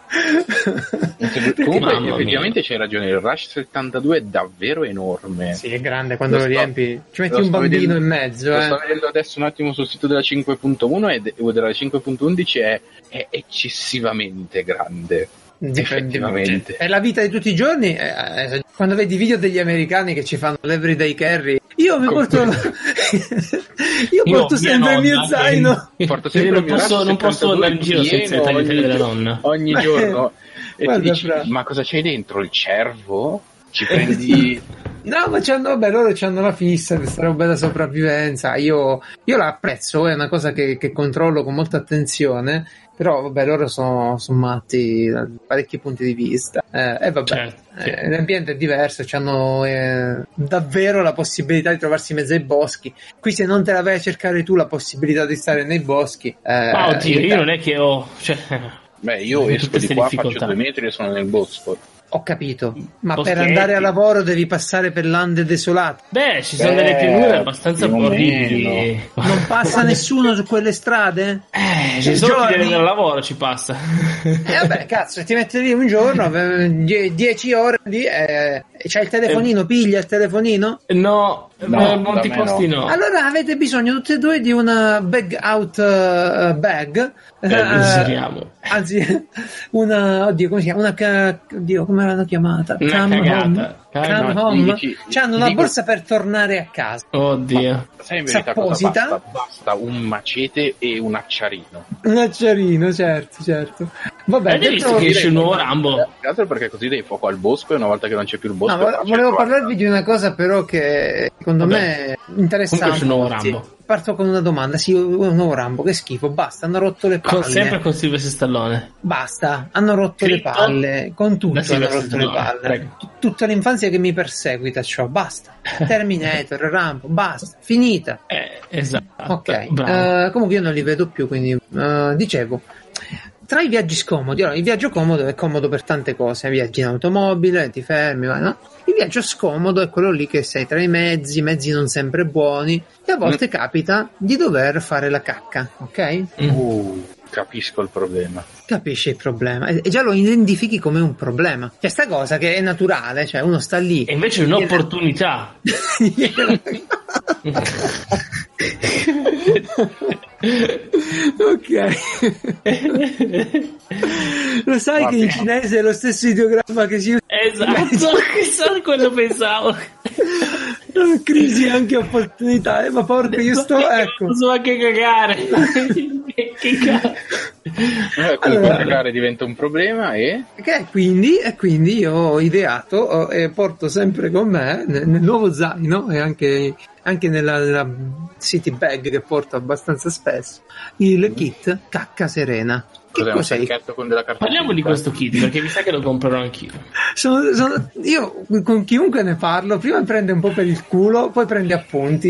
Comunque Mamma mia. effettivamente c'hai ragione, il Rush settantadue è davvero enorme. Sì, è grande quando lo, Lo sto- riempi, ci metti lo un sto bambino vedendo- in mezzo. Lo eh. sto vedendo adesso un attimo sul sito della cinque punto uno e de- della cinque punto undici è, è eccessivamente grande. Effettivamente. È la vita di tutti i giorni. eh, eh, quando vedi i video degli americani che ci fanno l'Everyday Carry, io mi Com- porto io Io, porto mia sempre il mio nonna, zaino. che- Porto che sempre non il mio posso, Rush non posso andare in giro pieno senza i tagliatelle ogni- della nonna. ogni giorno. E Guarda, ti dici, fra. ma cosa c'hai dentro? Il cervo? Ci prendi... No, ma c'hanno, vabbè, loro c'hanno la fissa, questa roba da sopravvivenza. Io, io la apprezzo, è una cosa che, che controllo con molta attenzione. Però, vabbè, loro sono, sono matti da parecchi punti di vista. Eh, e vabbè, Certo, sì. eh, l'ambiente è diverso, hanno eh, davvero la possibilità di trovarsi in mezzo ai boschi. Qui, se non te la vai a cercare tu la possibilità di stare nei boschi, eh, Ma oddio, in- io non è che ho. Cioè, Beh, io Tutte esco di queste qua, difficoltà. faccio due metri e sono nel bosco. Ho capito, ma Boschetti. per andare a lavoro devi passare per lande desolate. beh, ci sono Beh, delle pianure abbastanza più o orribili. Non passa nessuno su quelle strade? Eh, ci sono chi Giorni. deve andare al lavoro, ci passa. E vabbè, cazzo, ti metti lì un giorno, eh, die- dieci ore lì, eh, e c'hai il telefonino, piglia il telefonino? No, No, eh, molti da me posti no. no. Allora avete bisogno tutti e due di una bag out eh, bag. Eh, eh, miseriamo. anzi, una, oddio, come si chiama? Una, ca- oddio, come l'hanno chiamata? Una Cam cagata. home. Cam- Cam no, home. dici- C'hanno una dico- borsa per tornare a casa. Oddio. Sai in verità cosa S'apposita? basta? Basta un macete e un acciarino. Un acciarino, certo, certo. Vabbè, Avete detto- visto che esce il nuovo Rambo? Più che altro perché così dai fuoco al bosco e una volta che non c'è più il bosco... No, vo- faccio volevo il parlarvi di una cosa però che secondo Vabbè. me interessa Comunque c'è il nuovo molti. Rambo. Parto con una domanda. Sì, un nuovo Rambo, che schifo, basta, hanno rotto le Con, palle. sempre con Silvestre Stallone. Basta, hanno rotto le Scritto palle, con tutto da hanno Silvestre rotto le Stallone, palle. prego. T- Tutta l'infanzia che mi perseguita, ciò, basta. Terminator, Rambo, basta, finita. Eh, esatto. Ok, Bravo. eh, comunque io non li vedo più, quindi eh, dicevo, tra i viaggi scomodi, allora, il viaggio comodo è comodo per tante cose, viaggi in automobile, ti fermi, vai, no? Il viaggio scomodo è quello lì che sei tra i mezzi, mezzi non sempre buoni, e a volte capita di dover fare la cacca, ok? Mm. Uh, Capisco il problema. Capisci il problema e già lo identifichi come un problema. Cioè sta cosa che è naturale, cioè uno sta lì e invece è un'opportunità. Ok. Lo sai Va che bene. in cinese è lo stesso ideogramma che si usa. Esatto, questo quello pensavo. Crisi anche opportunità, eh, ma porca io sto ecco. Posso anche cagare. Che cazzo. Eh, quindi Allora. poi cagare diventa un problema e Che quindi, e quindi io ho ideato ho- e porto sempre con me nel, nel nuovo zaino e anche, anche nella, nella city bag che porto abbastanza spesso il kit Cacca Serena. Che cos'è un cos'è? il- sacchetto con della carta Parliamo di igienica? questo kit perché mi sa che lo comprerò anch'io. Sono- sono- io con chiunque ne parlo prima prende un po' per il culo, poi prende appunti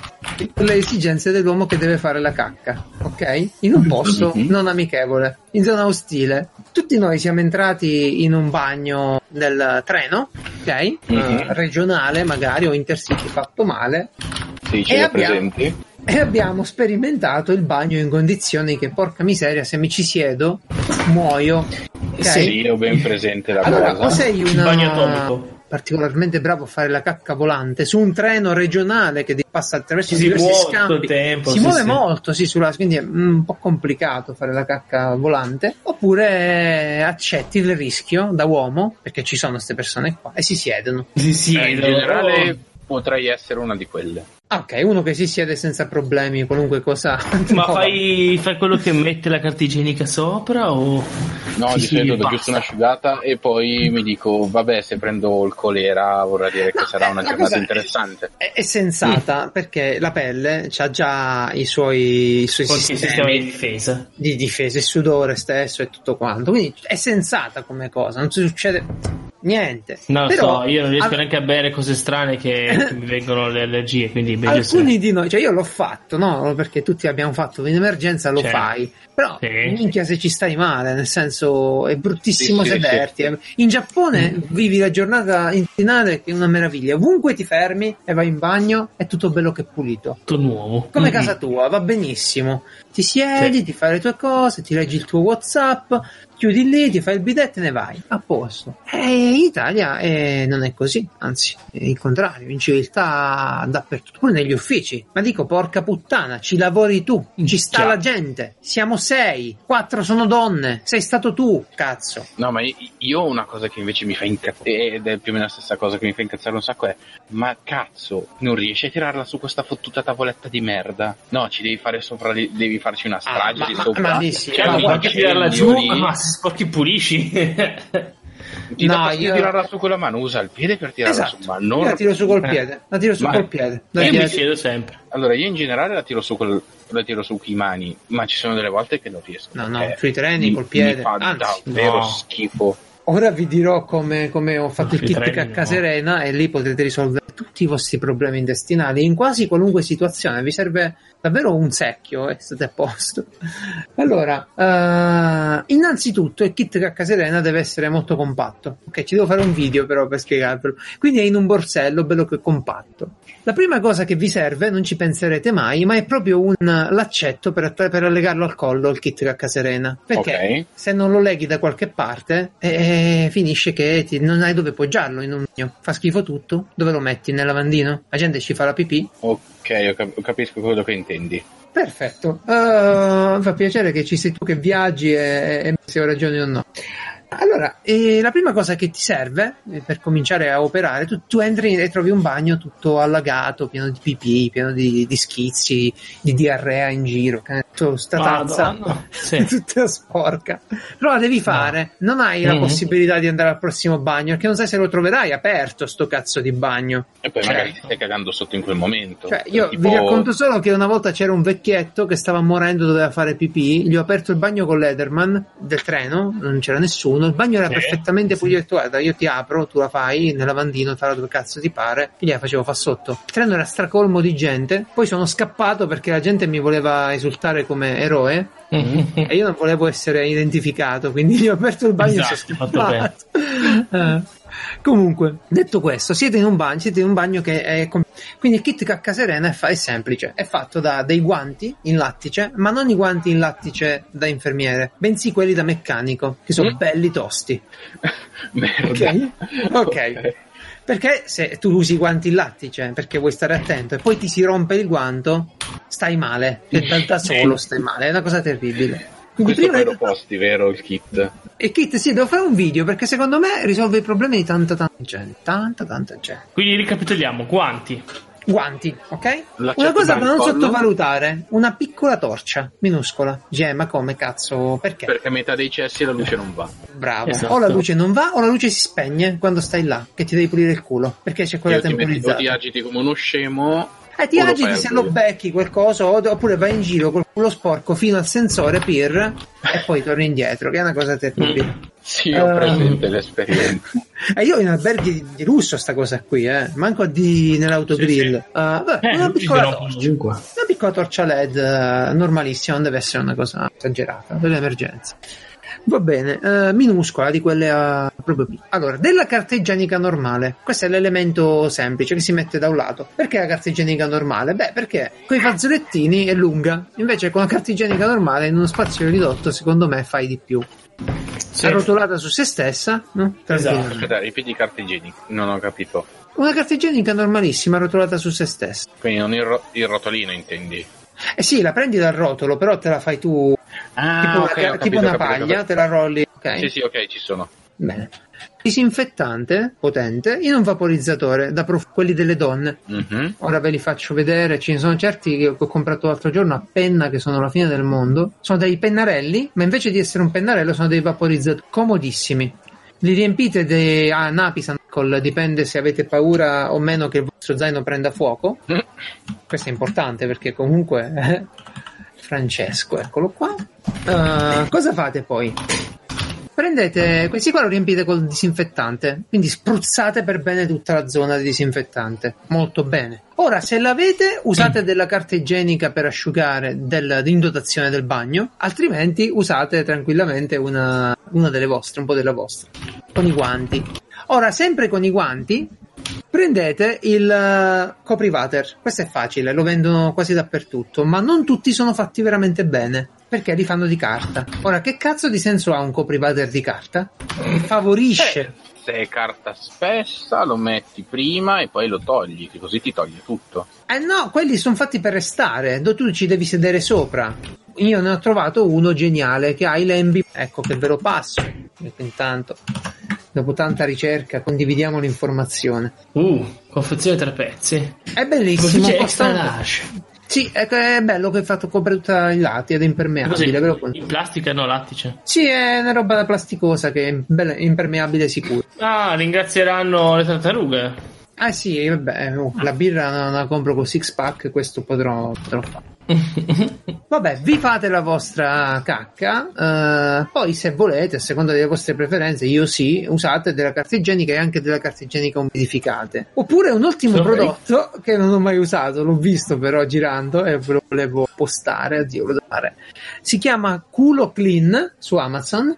le esigenze dell'uomo che deve fare la cacca, ok? In un posto non amichevole, in zona ostile. Tutti noi siamo entrati in un bagno del treno, ok? Mhm. Eh, regionale magari o intercity fatto male Sì, ce E li ho abbiamo- presenti. e abbiamo sperimentato il bagno in condizioni che porca miseria se mi ci siedo muoio, ok? Sì, ho ben presente la Allora, o cosa. sei Il una bagno atomico. particolarmente bravo a fare la cacca volante su un treno regionale che ti passa attraverso Ci si diversi muove tutto scampi, il tempo, si sì, muove sì. molto, sì, sulla, quindi è mm, un po' complicato fare la cacca volante, oppure accetti il rischio da uomo, perché ci sono queste persone qua, e si siedono. Sì, sì, Eh, in no, generale potrei essere una di quelle. Ah, ok, uno che si siede senza problemi, qualunque cosa. ma No. fai, fai quello che mette la carta igienica sopra o No, Sì, di sì, solito do basta. giusto un'asciugata e poi mi dico, vabbè, se prendo il colera vorrà dire che No, sarà eh, una la giornata cosa interessante. È, è sensata perché la pelle ha già i suoi, i suoi qualche sistema sistemi di difesa? di difesa, il sudore stesso e tutto quanto, quindi è sensata come cosa, non si succede niente. No, Però, so, io non riesco al- neanche a bere cose strane che, che mi vengono le allergie, quindi è meglio se- alcuni di noi, cioè io l'ho fatto, no? Perché tutti abbiamo fatto in emergenza, lo Certo. fai. Però Sì. minchia se ci stai male, nel senso è bruttissimo Sì, sì, sederti. sì. In Giappone vivi la giornata interinale che è una meraviglia. Ovunque ti fermi e vai in bagno è tutto bello che pulito. tutto nuovo. Come Mm. casa tua, va benissimo. Ti siedi, Sì. ti fai le tue cose, ti leggi il tuo WhatsApp, chiudi lì, ti fai il bidet e ne vai. A posto. E in Italia eh, non è così, anzi, è il contrario, in civiltà dappertutto, pure negli uffici. Ma dico, porca puttana, ci lavori tu, ci sta Già. la gente. Siamo sei, quattro sono donne, sei stato tu, cazzo. No, ma io- io ho una cosa che invece mi fa incazzare, ed è più o meno la stessa cosa che mi fa incazzare un sacco, è ma cazzo, non riesci a tirarla su questa fottuta tavoletta di merda? No, ci devi fare sopra, lì- devi farci una strage ma- di ma- sopra. ma lì sì, Cioè, ma Ma mi guarda, anche incendio tirarla giù, lì. ma se sporchi pulisci. Ti dà No, fastidio io- tirarla su con la mano, usa il piede per tirarla Esatto, su, ma io non... la tiro su col Eh. piede, la tiro su Ma- col piede. Dai, Io mi dai. siedo sempre. Allora, io in generale la tiro su col... la tiro su coi mani, ma ci sono delle volte che non riesco. No, no, perché sui treni, mi- col piede, Mi fa anzi, davvero no. schifo. Ora vi dirò come, come ho fatto No, il sui kit treni Cacca no. Serena e lì potrete risolvere tutti i vostri problemi intestinali in quasi qualunque situazione. Vi serve davvero un secchio e state a posto. Allora, eh, innanzitutto il kit Cacca Serena deve essere molto compatto. Ok, ci devo fare un video però per spiegarvelo. Quindi è in un borsello bello che compatto. La prima cosa che vi serve, non ci penserete mai, ma è proprio un laccetto per, att- per allegarlo al collo, il kit Cacca Serena. Perché Ok. se non lo leghi da qualche parte, eh, finisce che ti- non hai dove poggiarlo in un bagno. Fa schifo tutto. Dove lo metti? Nel lavandino? La gente ci fa la pipì. Ok, ho cap- capisco quello che intendi. Perfetto. Uh, fa piacere che ci sei tu che viaggi e, e se ho ragione o no. Allora, eh, la prima cosa che ti serve eh, per cominciare a operare, tu, tu entri e trovi un bagno tutto allagato, pieno di pipì, pieno di, di schizzi, di diarrea in giro, che è tutta sta tazza Madonna. Sì. tutta sporca. Però la devi fare, non hai la Mhm. possibilità di andare al prossimo bagno, perché non sai se lo troverai aperto sto cazzo di bagno. E poi Certo. magari ti stai cagando sotto in quel momento. Cioè, io Tipo- vi racconto solo che una volta c'era un vecchietto che stava morendo, doveva fare pipì, gli ho aperto il bagno con l'Ederman del treno, non c'era nessuno, il bagno era Sì, perfettamente sì. pulito, ho detto guarda io ti apro, tu la fai nel lavandino, farà dove cazzo ti pare, e gliela facevo fa sotto. Il treno era stracolmo di gente, poi sono scappato perché la gente mi voleva esultare come eroe e io non volevo essere identificato, quindi gli ho aperto il bagno Esatto, e sono fatto bene. scappato. Eh. Comunque, detto questo, siete in un bagno, siete in un bagno che è com- Quindi il kit Cacca Serena è, fa- è semplice, è fatto da dei guanti in lattice, ma non i guanti in lattice da infermiere, bensì quelli da meccanico, che sono Mm. belli tosti. Merda. Ok? Ok. Perché se tu usi i guanti in lattice perché vuoi stare attento e poi ti si rompe il guanto, stai male, e da, da solo stai male, è una cosa terribile. Quindi Questo prima poi lo posti, vero, il kit? il kit, sì, devo fare un video perché secondo me risolve i problemi di tanta tanta gente, tanta tanta gente. Quindi ricapitoliamo, guanti. Guanti, ok? L'accetto Una cosa da per non il collo? sottovalutare, una piccola torcia minuscola. Cioè, ma come cazzo? Perché? Perché a metà dei cessi la luce non va. Bravo. Esatto. O la luce non va o la luce si spegne quando stai là, che ti devi pulire il culo, perché c'è quella Io ti, metti, o temporizzata. ti agiti come uno scemo. Eh, ti o lo agiti fai se al lo buio. becchi quel coso, o- oppure vai in giro col culo sporco fino al sensore P I R e poi torni indietro, che è una cosa terribile. Sì, ho Eh, presente l'esperienza. E io in alberghi di, di lusso sta cosa qui, eh. Manco di nell'autogrill. Sì, Eh, vabbè, Eh, una lui piccola ce l'ho torcia. ovunque. Una piccola torcia L E D eh, normalissima, non deve essere una cosa esagerata, per le emergenze. Va bene, eh, minuscola di quelle a proprio piccole. Allora, della carta igienica normale, questo è l'elemento semplice che si mette da un lato. Perché la carta igienica normale? Beh, perché con i fazzolettini è lunga, invece con la carta igienica normale in uno spazio ridotto, secondo me fai di più. Sì. Arrotolata su se stessa, no? Esatto. Aspetta, ripeti carta igienica. Non ho capito. Una carta igienica normalissima, arrotolata su se stessa. Quindi non il, ro- il rotolino, intendi? Eh sì, la prendi dal rotolo, però te la fai tu Ah, tipo, una, ok, ho tipo capito, una ho capito, ho paglia, capito. te la rolli, ok? Sì, sì, ok, ci sono. Bene. Disinfettante potente in un vaporizzatore, da prof- quelli delle donne. Mhm. Ora ve li faccio vedere, ce ne sono certi che ho comprato l'altro giorno a penna che sono la fine del mondo. Sono dei pennarelli, ma invece di essere un pennarello sono dei vaporizzatori comodissimi. Li riempite di ah, Napisan, col- dipende se avete paura o meno che il vostro zaino prenda fuoco. Mm. Questo è importante perché comunque eh, Francesco, eccolo qua. Uh, cosa fate poi? Prendete questi qua, lo riempite col disinfettante, quindi spruzzate per bene tutta la zona di disinfettante, molto bene. Ora, se l'avete, usate della carta igienica per asciugare del, in dotazione del bagno, altrimenti usate tranquillamente una, una delle vostre, un po' della vostra, con i guanti. Ora, sempre con i guanti, prendete il uh, coprivater. Questo è facile, lo vendono quasi dappertutto, ma non tutti sono fatti veramente bene, perché li fanno di carta. Ora, che cazzo di senso ha un coprivater di carta? Favorisce. Eh, se è carta spessa lo metti prima e poi lo togli, che così ti toglie tutto. Eh no, quelli sono fatti per restare, dove tu ci devi sedere sopra. Io ne ho trovato uno geniale che ha i lembi, ecco che ve lo passo. Intanto, dopo tanta ricerca, condividiamo l'informazione. Uh, confezione tre pezzi. È bellissimo. Così c'è costa- extra large. Sì, è, è bello che è fatto copre tutta i lati ed è impermeabile. Così, ve lo con- in plastica no, lattice. Sì, è una roba da plasticosa che è bella- impermeabile sicuro. Ah, ringrazieranno le tartarughe. Ah sì, vabbè, oh, la birra non la compro con six pack, questo potrò, potrò fare. Vabbè, vi fate la vostra cacca, eh, poi se volete, a seconda delle vostre preferenze, io sì, usate della carta igienica e anche della carta igienica umidificate. Oppure un ultimo Ok. prodotto che non ho mai usato, l'ho visto però girando e ve lo volevo postare, oddio, lo devo fare. Si chiama Culo Clean su Amazon.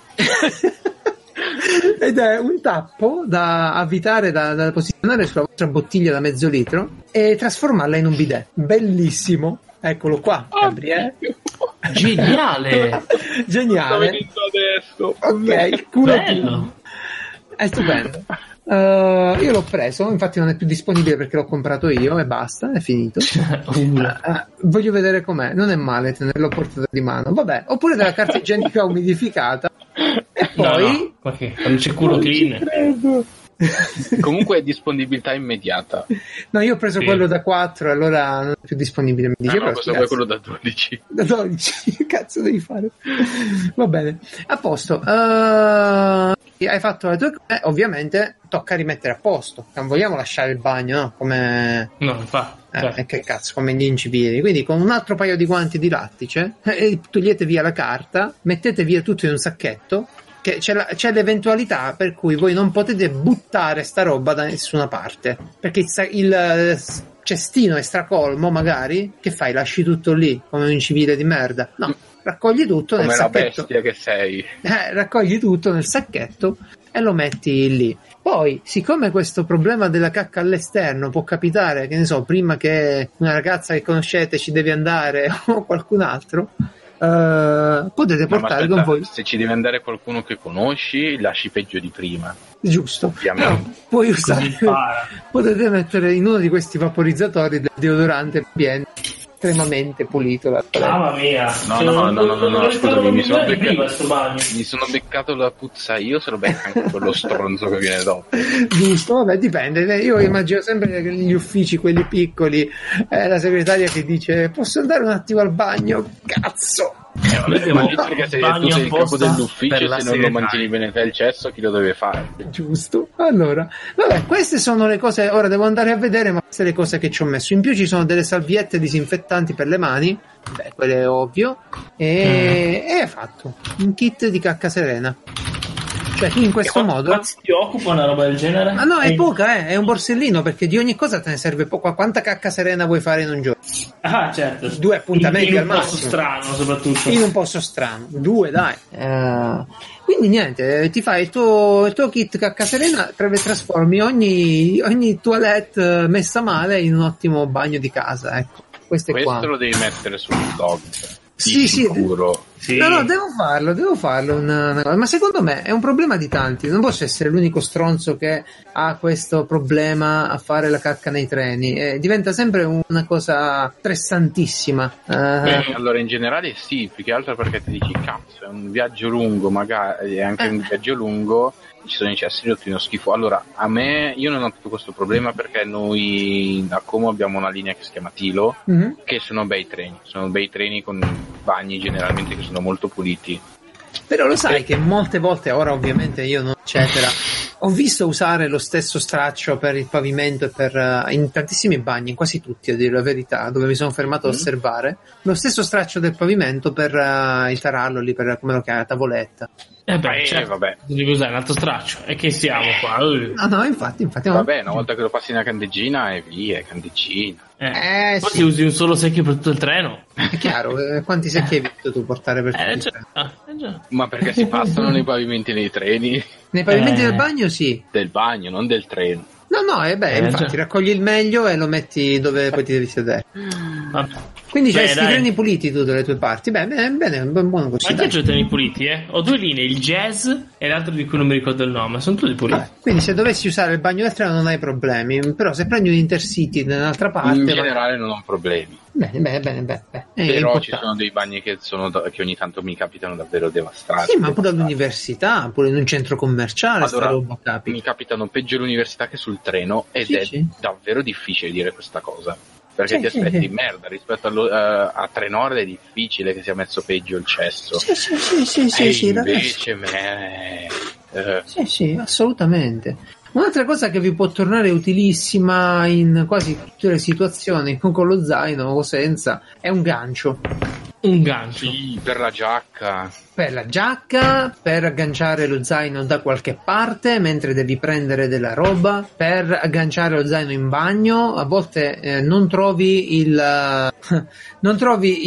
Ed è un tappo da avvitare, da, da posizionare sulla vostra bottiglia da mezzo litro e trasformarla in un bidet. Bellissimo. Eccolo qua, Gabriele. Geniale. Sto Geniale. vedendo adesso. Ok, il culo Bello. è stupendo. Uh, io l'ho preso, infatti non è più disponibile perché l'ho comprato io e basta, è finito. Uh, Uh, voglio vedere com'è, non è male tenerlo a portata di mano. Vabbè, oppure della carta igienica umidificata. E no, poi no, ma che- quando c'è culo clean. Comunque è disponibilità immediata. no, io ho preso Sì. quello da quattro, allora non è più disponibile. Mi Ah, dice, no, però, questo sti poi è cazzi. quello da dodici. Da dodici, che cazzo devi fare? Va bene, a posto. Uh, hai fatto le tue cose, ovviamente tocca rimettere a posto. Non vogliamo lasciare il bagno, no? Come No, infatti. eh, certo. e che cazzo, come gli incivili. Quindi con un altro paio di guanti di lattice eh, togliete via la carta, mettete via tutto in un sacchetto. Che c'è, la- c'è l'eventualità per cui voi non potete buttare sta roba da nessuna parte, perché il, sa- il eh, cestino è stracolmo, magari che fai? Lasci tutto lì come un incivile di merda? No, raccogli tutto nel Come la sacchetto. bestia che sei. Eh, raccogli tutto nel sacchetto e lo metti lì. Poi, siccome questo problema della cacca all'esterno può capitare, che ne so, prima che una ragazza che conoscete ci deve andare o qualcun altro, uh, potete portare no, con voi. Se ci deve andare qualcuno che conosci, lasci peggio di prima. Giusto. Ovviamente. No, puoi usare, potete mettere in uno di questi vaporizzatori del deodorante pieno, estremamente pulito. La Mamma mia, no, no, no, no, no, no, no, scusami, mi sono beccato, mi sono beccato la puzza io, se lo becca anche quello stronzo che viene dopo. Giusto, vabbè, dipende. Io immagino sempre negli uffici, quelli piccoli, eh, la segretaria che dice: posso andare un attimo al bagno? Cazzo! Eh, vabbè, ma perché se tu sei il capo dell'ufficio e se non lo mantieni bene te il cesso, chi lo deve fare? Giusto. Allora, vabbè, queste sono le cose. Ora devo andare a vedere, ma queste sono le cose che ci ho messo. In più ci sono delle salviette disinfettanti per le mani, beh, quello è ovvio, e è fatto un kit di cacca serena. Cioè, in questo e modo quanto ti occupa una roba del genere? Ma no, è e... poca, eh, è un borsellino, perché di ogni cosa te ne serve poco. Quanta cacca serena vuoi fare in un giorno? Ah, certo. Due appuntamenti in, in al massimo. In un posto strano, soprattutto. In un posto strano. Due, dai. Eh, quindi niente, ti fai il tuo, il tuo kit cacca serena, trasformi ogni, ogni toilette messa male in un ottimo bagno di casa, ecco. Questo è Questo qua. lo devi mettere sul blog. Sì, sicuro. Sì. No, no, devo farlo, devo farlo. Una, una, ma secondo me è un problema di tanti. Non posso essere l'unico stronzo che ha questo problema a fare la cacca nei treni. Eh, diventa sempre una cosa stressantissima. Uh, Beh, allora, in generale, sì, più che altro perché ti dici, cazzo, è un viaggio lungo, magari è anche eh. un viaggio lungo. Ci sono i cessi rottino schifo. Allora, a me, io non ho tutto questo problema perché noi a Como abbiamo una linea che si chiama Tilo, mm-hmm. che sono bei treni, sono bei treni con bagni generalmente che sono molto puliti. Però lo sai che molte volte, ora ovviamente io non eccetera, ho visto usare lo stesso straccio per il pavimento e per uh, in tantissimi bagni, in quasi tutti a dire la verità, dove mi sono fermato mm-hmm. a osservare, lo stesso straccio del pavimento per uh, il tarallo lì, per come lo chiama, la tavoletta. Eh beh, eh, certo, vabbè. Devi usare un altro straccio. E che siamo qua? No, no, infatti, infatti. Vabbè, una volta che lo passi nella candeggina e via, è candeggina. Eh, eh poi sì. Ti usi un solo secchio per tutto il treno. È chiaro, eh, quanti secchi hai visto tu portare per tutto eh, il già, treno? ah, eh, già. Ma perché si passano nei pavimenti dei treni? Nei pavimenti eh. del bagno sì. Del bagno, non del treno. No, no, eh beh, eh, infatti già. Raccogli il meglio e lo metti dove poi ti devi sedere. Ah. Quindi c'hai questi treni puliti tu dalle tue parti. Beh, bene, bene, buono così. Ma anche io ho treni puliti, eh. Ho due linee, il jazz e l'altro di cui non mi ricordo il nome. Sono tutti puliti. Ah, quindi se dovessi usare il bagno del treno non hai problemi. Però se prendi un Intercity da un'altra parte... In generale non ho problemi. Bene, bene, bene, bene. Però importante. Ci sono dei bagni che, sono, che ogni tanto mi capitano davvero devastati. Sì, ma pure all'università, pure in un centro commerciale. Allora, roba capita. Mi capitano peggio all'università che sul treno ed sì, è sì. davvero difficile dire questa cosa. Perché sì, ti aspetti sì, merda rispetto allo, uh, a Trenord è difficile che sia messo peggio il cesso. Sì, sì, sì, sì, sì, e sì, invece me... Uh. Sì, sì, assolutamente. Un'altra cosa che vi può tornare utilissima in quasi tutte le situazioni, con lo zaino o senza, è un gancio. Un gancio? Sì, per la giacca. Per la giacca, per agganciare lo zaino da qualche parte mentre devi prendere della roba, per agganciare lo zaino in bagno. A volte eh, non trovi il non trovi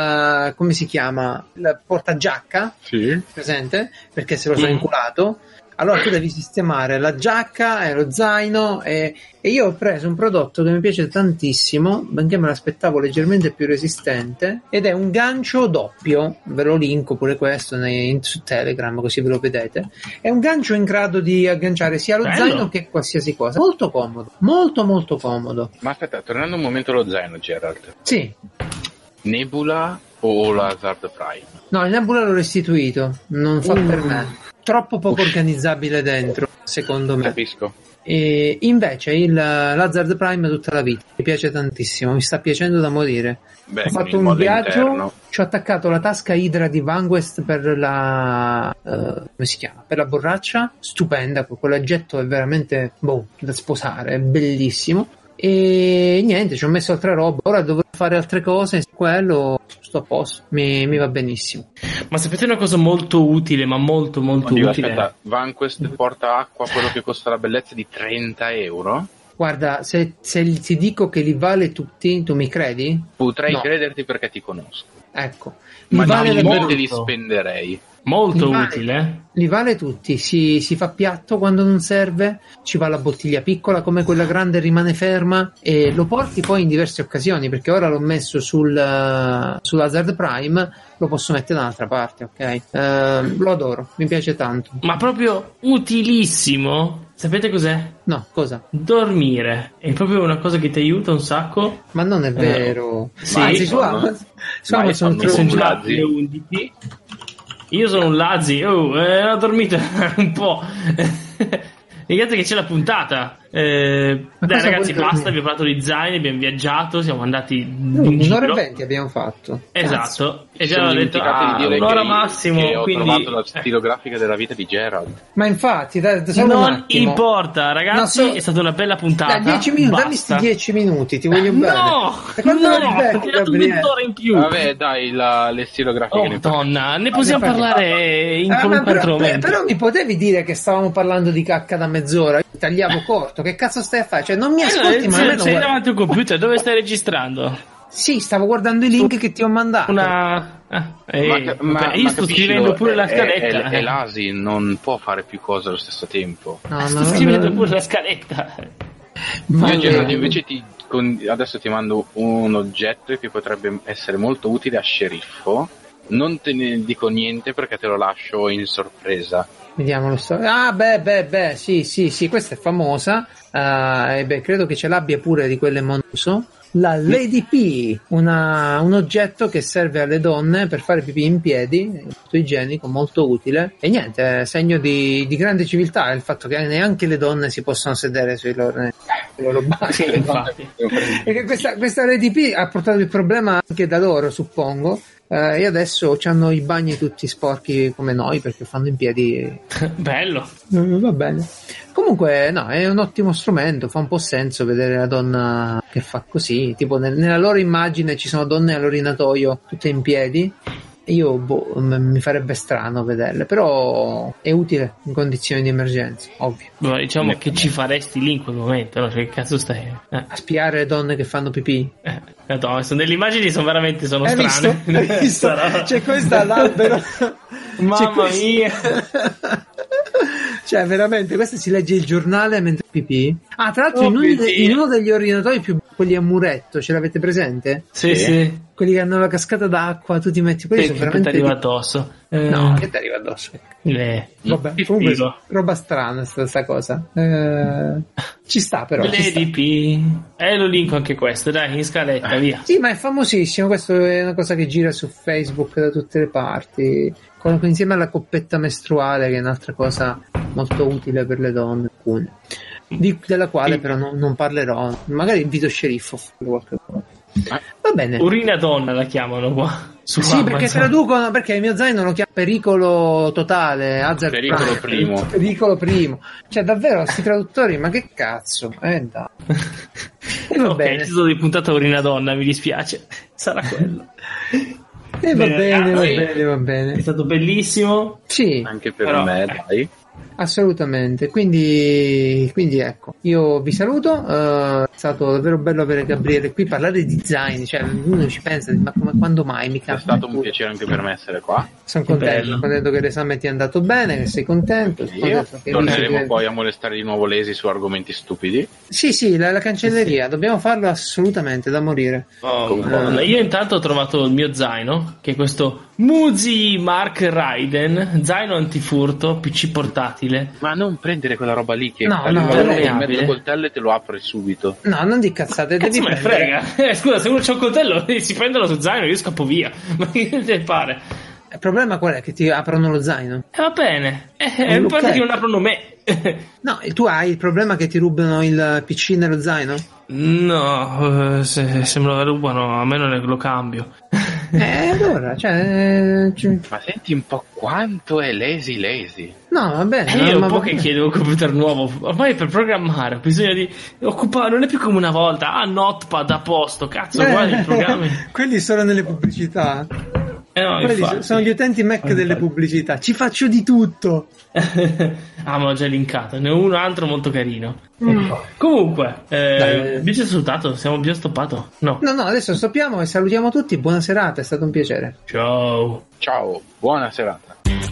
il come si chiama? Il portagiacca? Sì. Presente? Perché se lo sono inculato. Allora tu devi sistemare la giacca e lo zaino e, e io ho preso un prodotto che mi piace tantissimo, benché me l'aspettavo leggermente più resistente, ed è un gancio doppio, ve lo linko pure questo nei, su Telegram così ve lo vedete. È un gancio in grado di agganciare sia lo Bello. zaino che qualsiasi cosa, molto comodo, molto molto comodo. Ma aspetta, tornando un momento allo zaino, Gerald. Sì. Nebula o la Hazard Prime? No, il Nebula l'ho restituito, non fa uh. per me. Troppo poco Uff. organizzabile dentro, secondo me. Capisco. E invece il l'Hazard Prime tutta la vita mi piace tantissimo, mi sta piacendo da morire. Beh, ho fatto un viaggio, interno. Ci ho attaccato la tasca Hydra di Vanquest per la uh, come si chiama? Per la borraccia, stupenda, quell'oggetto è veramente boh, da sposare, è bellissimo. E niente, ci ho messo altre robe, ora dovrò fare altre cose, quello sto a posto, mi, mi va benissimo. Ma sapete una cosa molto utile, ma molto molto Oddio, utile? Aspetta, Vanquest porta acqua, quello che costa la bellezza di trenta euro? Guarda, se, se ti dico che li vale tutti, tu mi credi? Potrei no. crederti perché ti conosco. ecco, li Ma vale di davvero molti li tutto. spenderei. Molto Li vale- utile. Li vale tutti, si, si fa piatto quando non serve, ci va la bottiglia piccola come quella grande, rimane ferma e lo porti poi in diverse occasioni, perché ora l'ho messo sul, uh, sull'Hazard Prime, lo posso mettere da un'altra parte, ok? Uh, lo adoro, mi piace tanto. Ma proprio utilissimo. Sapete cos'è? No, cosa? Dormire. È proprio una cosa che ti aiuta un sacco. Ma non è vero. sì, Ma anzi, su sono- Amazon, su ma io Amazon sono trovo- Sono un già lazzi. le undici. Io sono un lazzi. Oh, eh, ho dormito un po'. Ragazzi che c'è la puntata. Eh, Ma dai cosa ragazzi, vuoi basta, dormire? abbiamo parlato di zaini, abbiamo viaggiato, siamo andati in un'ora e giro. venti abbiamo fatto. Cazzo. Esatto. E Mi già sono ho detto dimenticato ah, di dire un'ora che, massimo. che ho quindi trovato la stilografica della vita di Gerald. Ma infatti, dai, solo un non attimo. importa, ragazzi, No, so- è stata una bella puntata. Dai, dieci minuti, dammi Basta. sti dieci minuti, ti voglio bene. No, E quando no, lo ribecchi, ti ho dato Gabriele? mezz'ora in più. Vabbè, dai, la- le stilografiche Oh ne madonna, ne possiamo Vabbè, parlare in Eh, ma qualunque altro però, momento. però mi potevi dire che stavamo parlando di cacca da mezz'ora? Io tagliavo corto, che cazzo stai a fare? Cioè, non mi ascolti, Eh, ma sei, almeno sei guarda- davanti a un computer, dove stai registrando? Sì, stavo guardando i link che ti ho mandato. Una... Ah, eh, Ma, ma- vabbè, io ma sto capisci, scrivendo pure la è- scaletta. È, è, eh. l'A S I non può fare più cose allo stesso tempo. No, Sto no, scrivendo no, pure la scaletta. ma- Io Gerald, invece ti, con- adesso ti mando un oggetto che potrebbe essere molto utile a sceriffo. Non te ne dico niente perché te lo lascio in sorpresa. Vediamo lo sto- Ah, beh, beh, beh, sì, sì, sì, questa è famosa. Ah, e beh, credo che ce l'abbia pure di quelle monouso. La Lady P, una- un oggetto che serve alle donne per fare pipì in piedi, molto igienico, molto utile. E niente, è segno di, di grande civiltà il fatto che neanche le donne si possono sedere sui loro, sui loro bagni. Sì, infatti. E che questa, questa Lady P ha portato il problema anche da loro, suppongo. Eh, e adesso hanno i bagni tutti sporchi come noi perché fanno in piedi. Bello. Mm, va bene. Comunque, no, è un ottimo strumento. Fa un po' senso vedere la donna che fa così. Tipo, nel- nella loro immagine ci sono donne all'orinatoio tutte in piedi. E io, boh, m- mi farebbe strano vederle. Però è utile in condizioni di emergenza, ovvio. Beh, diciamo che ci faresti lì in quel momento, no? Cioè, che cazzo stai? Eh, A spiare le donne che fanno pipì. eh, no, sono delle immagini, sono veramente sono Hai strane. visto? Hai visto? Sarà- C'è questa all'albero. Mamma C'è questa- mia. Cioè, veramente, questo si legge il giornale mentre pipì. Ah, tra l'altro, Oh, in, uno mio de- Dio. in uno degli ordinatori più quelli a muretto, ce l'avete presente? Sì, Sì. sì. Quelli che hanno la cascata d'acqua, tu ti metti quelli Che, sono che ti veramente arriva di- addosso. Eh, No, che ti arriva addosso. le- Vabbè, che comunque figo. roba strana sta, sta cosa. Eh, ci sta però. Ci sta. L'A D P. E lo linko anche questo, dai, in scaletta, via. Sì, ma è famosissimo, questo è una cosa che gira su Facebook da tutte le parti, con- insieme alla coppetta mestruale che è un'altra cosa molto utile per le donne, alcune. Di- della quale però non, non parlerò, magari invito Sceriffo a fare qualche cosa. Va bene. Urina donna la chiamano qua. Su Sì, perché Amazon. traducono, perché il mio zaino lo chiama pericolo totale, Hazard Pericolo Prime. primo. Pericolo primo. Cioè, davvero, sti traduttori, ma che cazzo? Eh, dai. E va Ok, bene. ci sono di puntata urina donna, mi dispiace. Sarà quello. E va Bene, bene, va ragazzi. bene, va È bene. stato bellissimo. Sì, Anche per Però- me, dai. assolutamente. Quindi, quindi ecco, io vi saluto. eh, è stato davvero bello avere Gabriele qui, parlare di zaini. Cioè, uno ci pensa, ma come, quando mai mi È capita? stato un piacere anche per me essere qua. Sono Che contento, bello. sono contento che l'esame ti è andato bene, che sei contento. sono Io. contento che Torneremo dici che- poi a molestare di nuovo Lesi su argomenti stupidi. Sì, sì, la, la cancelleria, dobbiamo farlo assolutamente, da morire. Oh, Con- Madonna. Io intanto ho trovato il mio zaino, che è questo Muzi Mark Raiden, zaino antifurto, P C portatile. Ma non prendere quella roba lì che No, arriva no, in è mezzo abile. al coltello e te lo apre subito. No, non di cazzate, devi Cazzo me ne prendere- frega. Eh, scusa, se uno c'ha un coltello si prendono sul zaino, io scappo via. Ma che te pare? Il problema qual è? Che ti aprono lo zaino? Eh, va bene. Eh, Un eh, il fatto lucchetto. che non aprono me. No, e tu hai il problema che ti rubano il P C nello zaino? No, eh, se, se me lo rubano a me non lo cambio. Eh, allora, cioè... eh, ci- Ma senti un po' quanto è Lesi Lesi. No, va bene. E io no, un ma po' va che bene. chiedo un computer nuovo, ormai per programmare ho bisogno di occupare, non è più come una volta, ah Notepad a posto, cazzo, guarda i programmi. Quelli sono nelle pubblicità. Eh no, Quelli infatti. sono gli utenti Mac Infatti. delle pubblicità. Ci faccio di tutto. Ah, me l'ho già linkato. Ne ho un altro molto carino. Comunque, eh, Dai. abbiamo già salutato? Siamo già stoppato? No. No, no, adesso stoppiamo e salutiamo tutti. Buona serata, è stato un piacere. Ciao. Ciao, buona serata.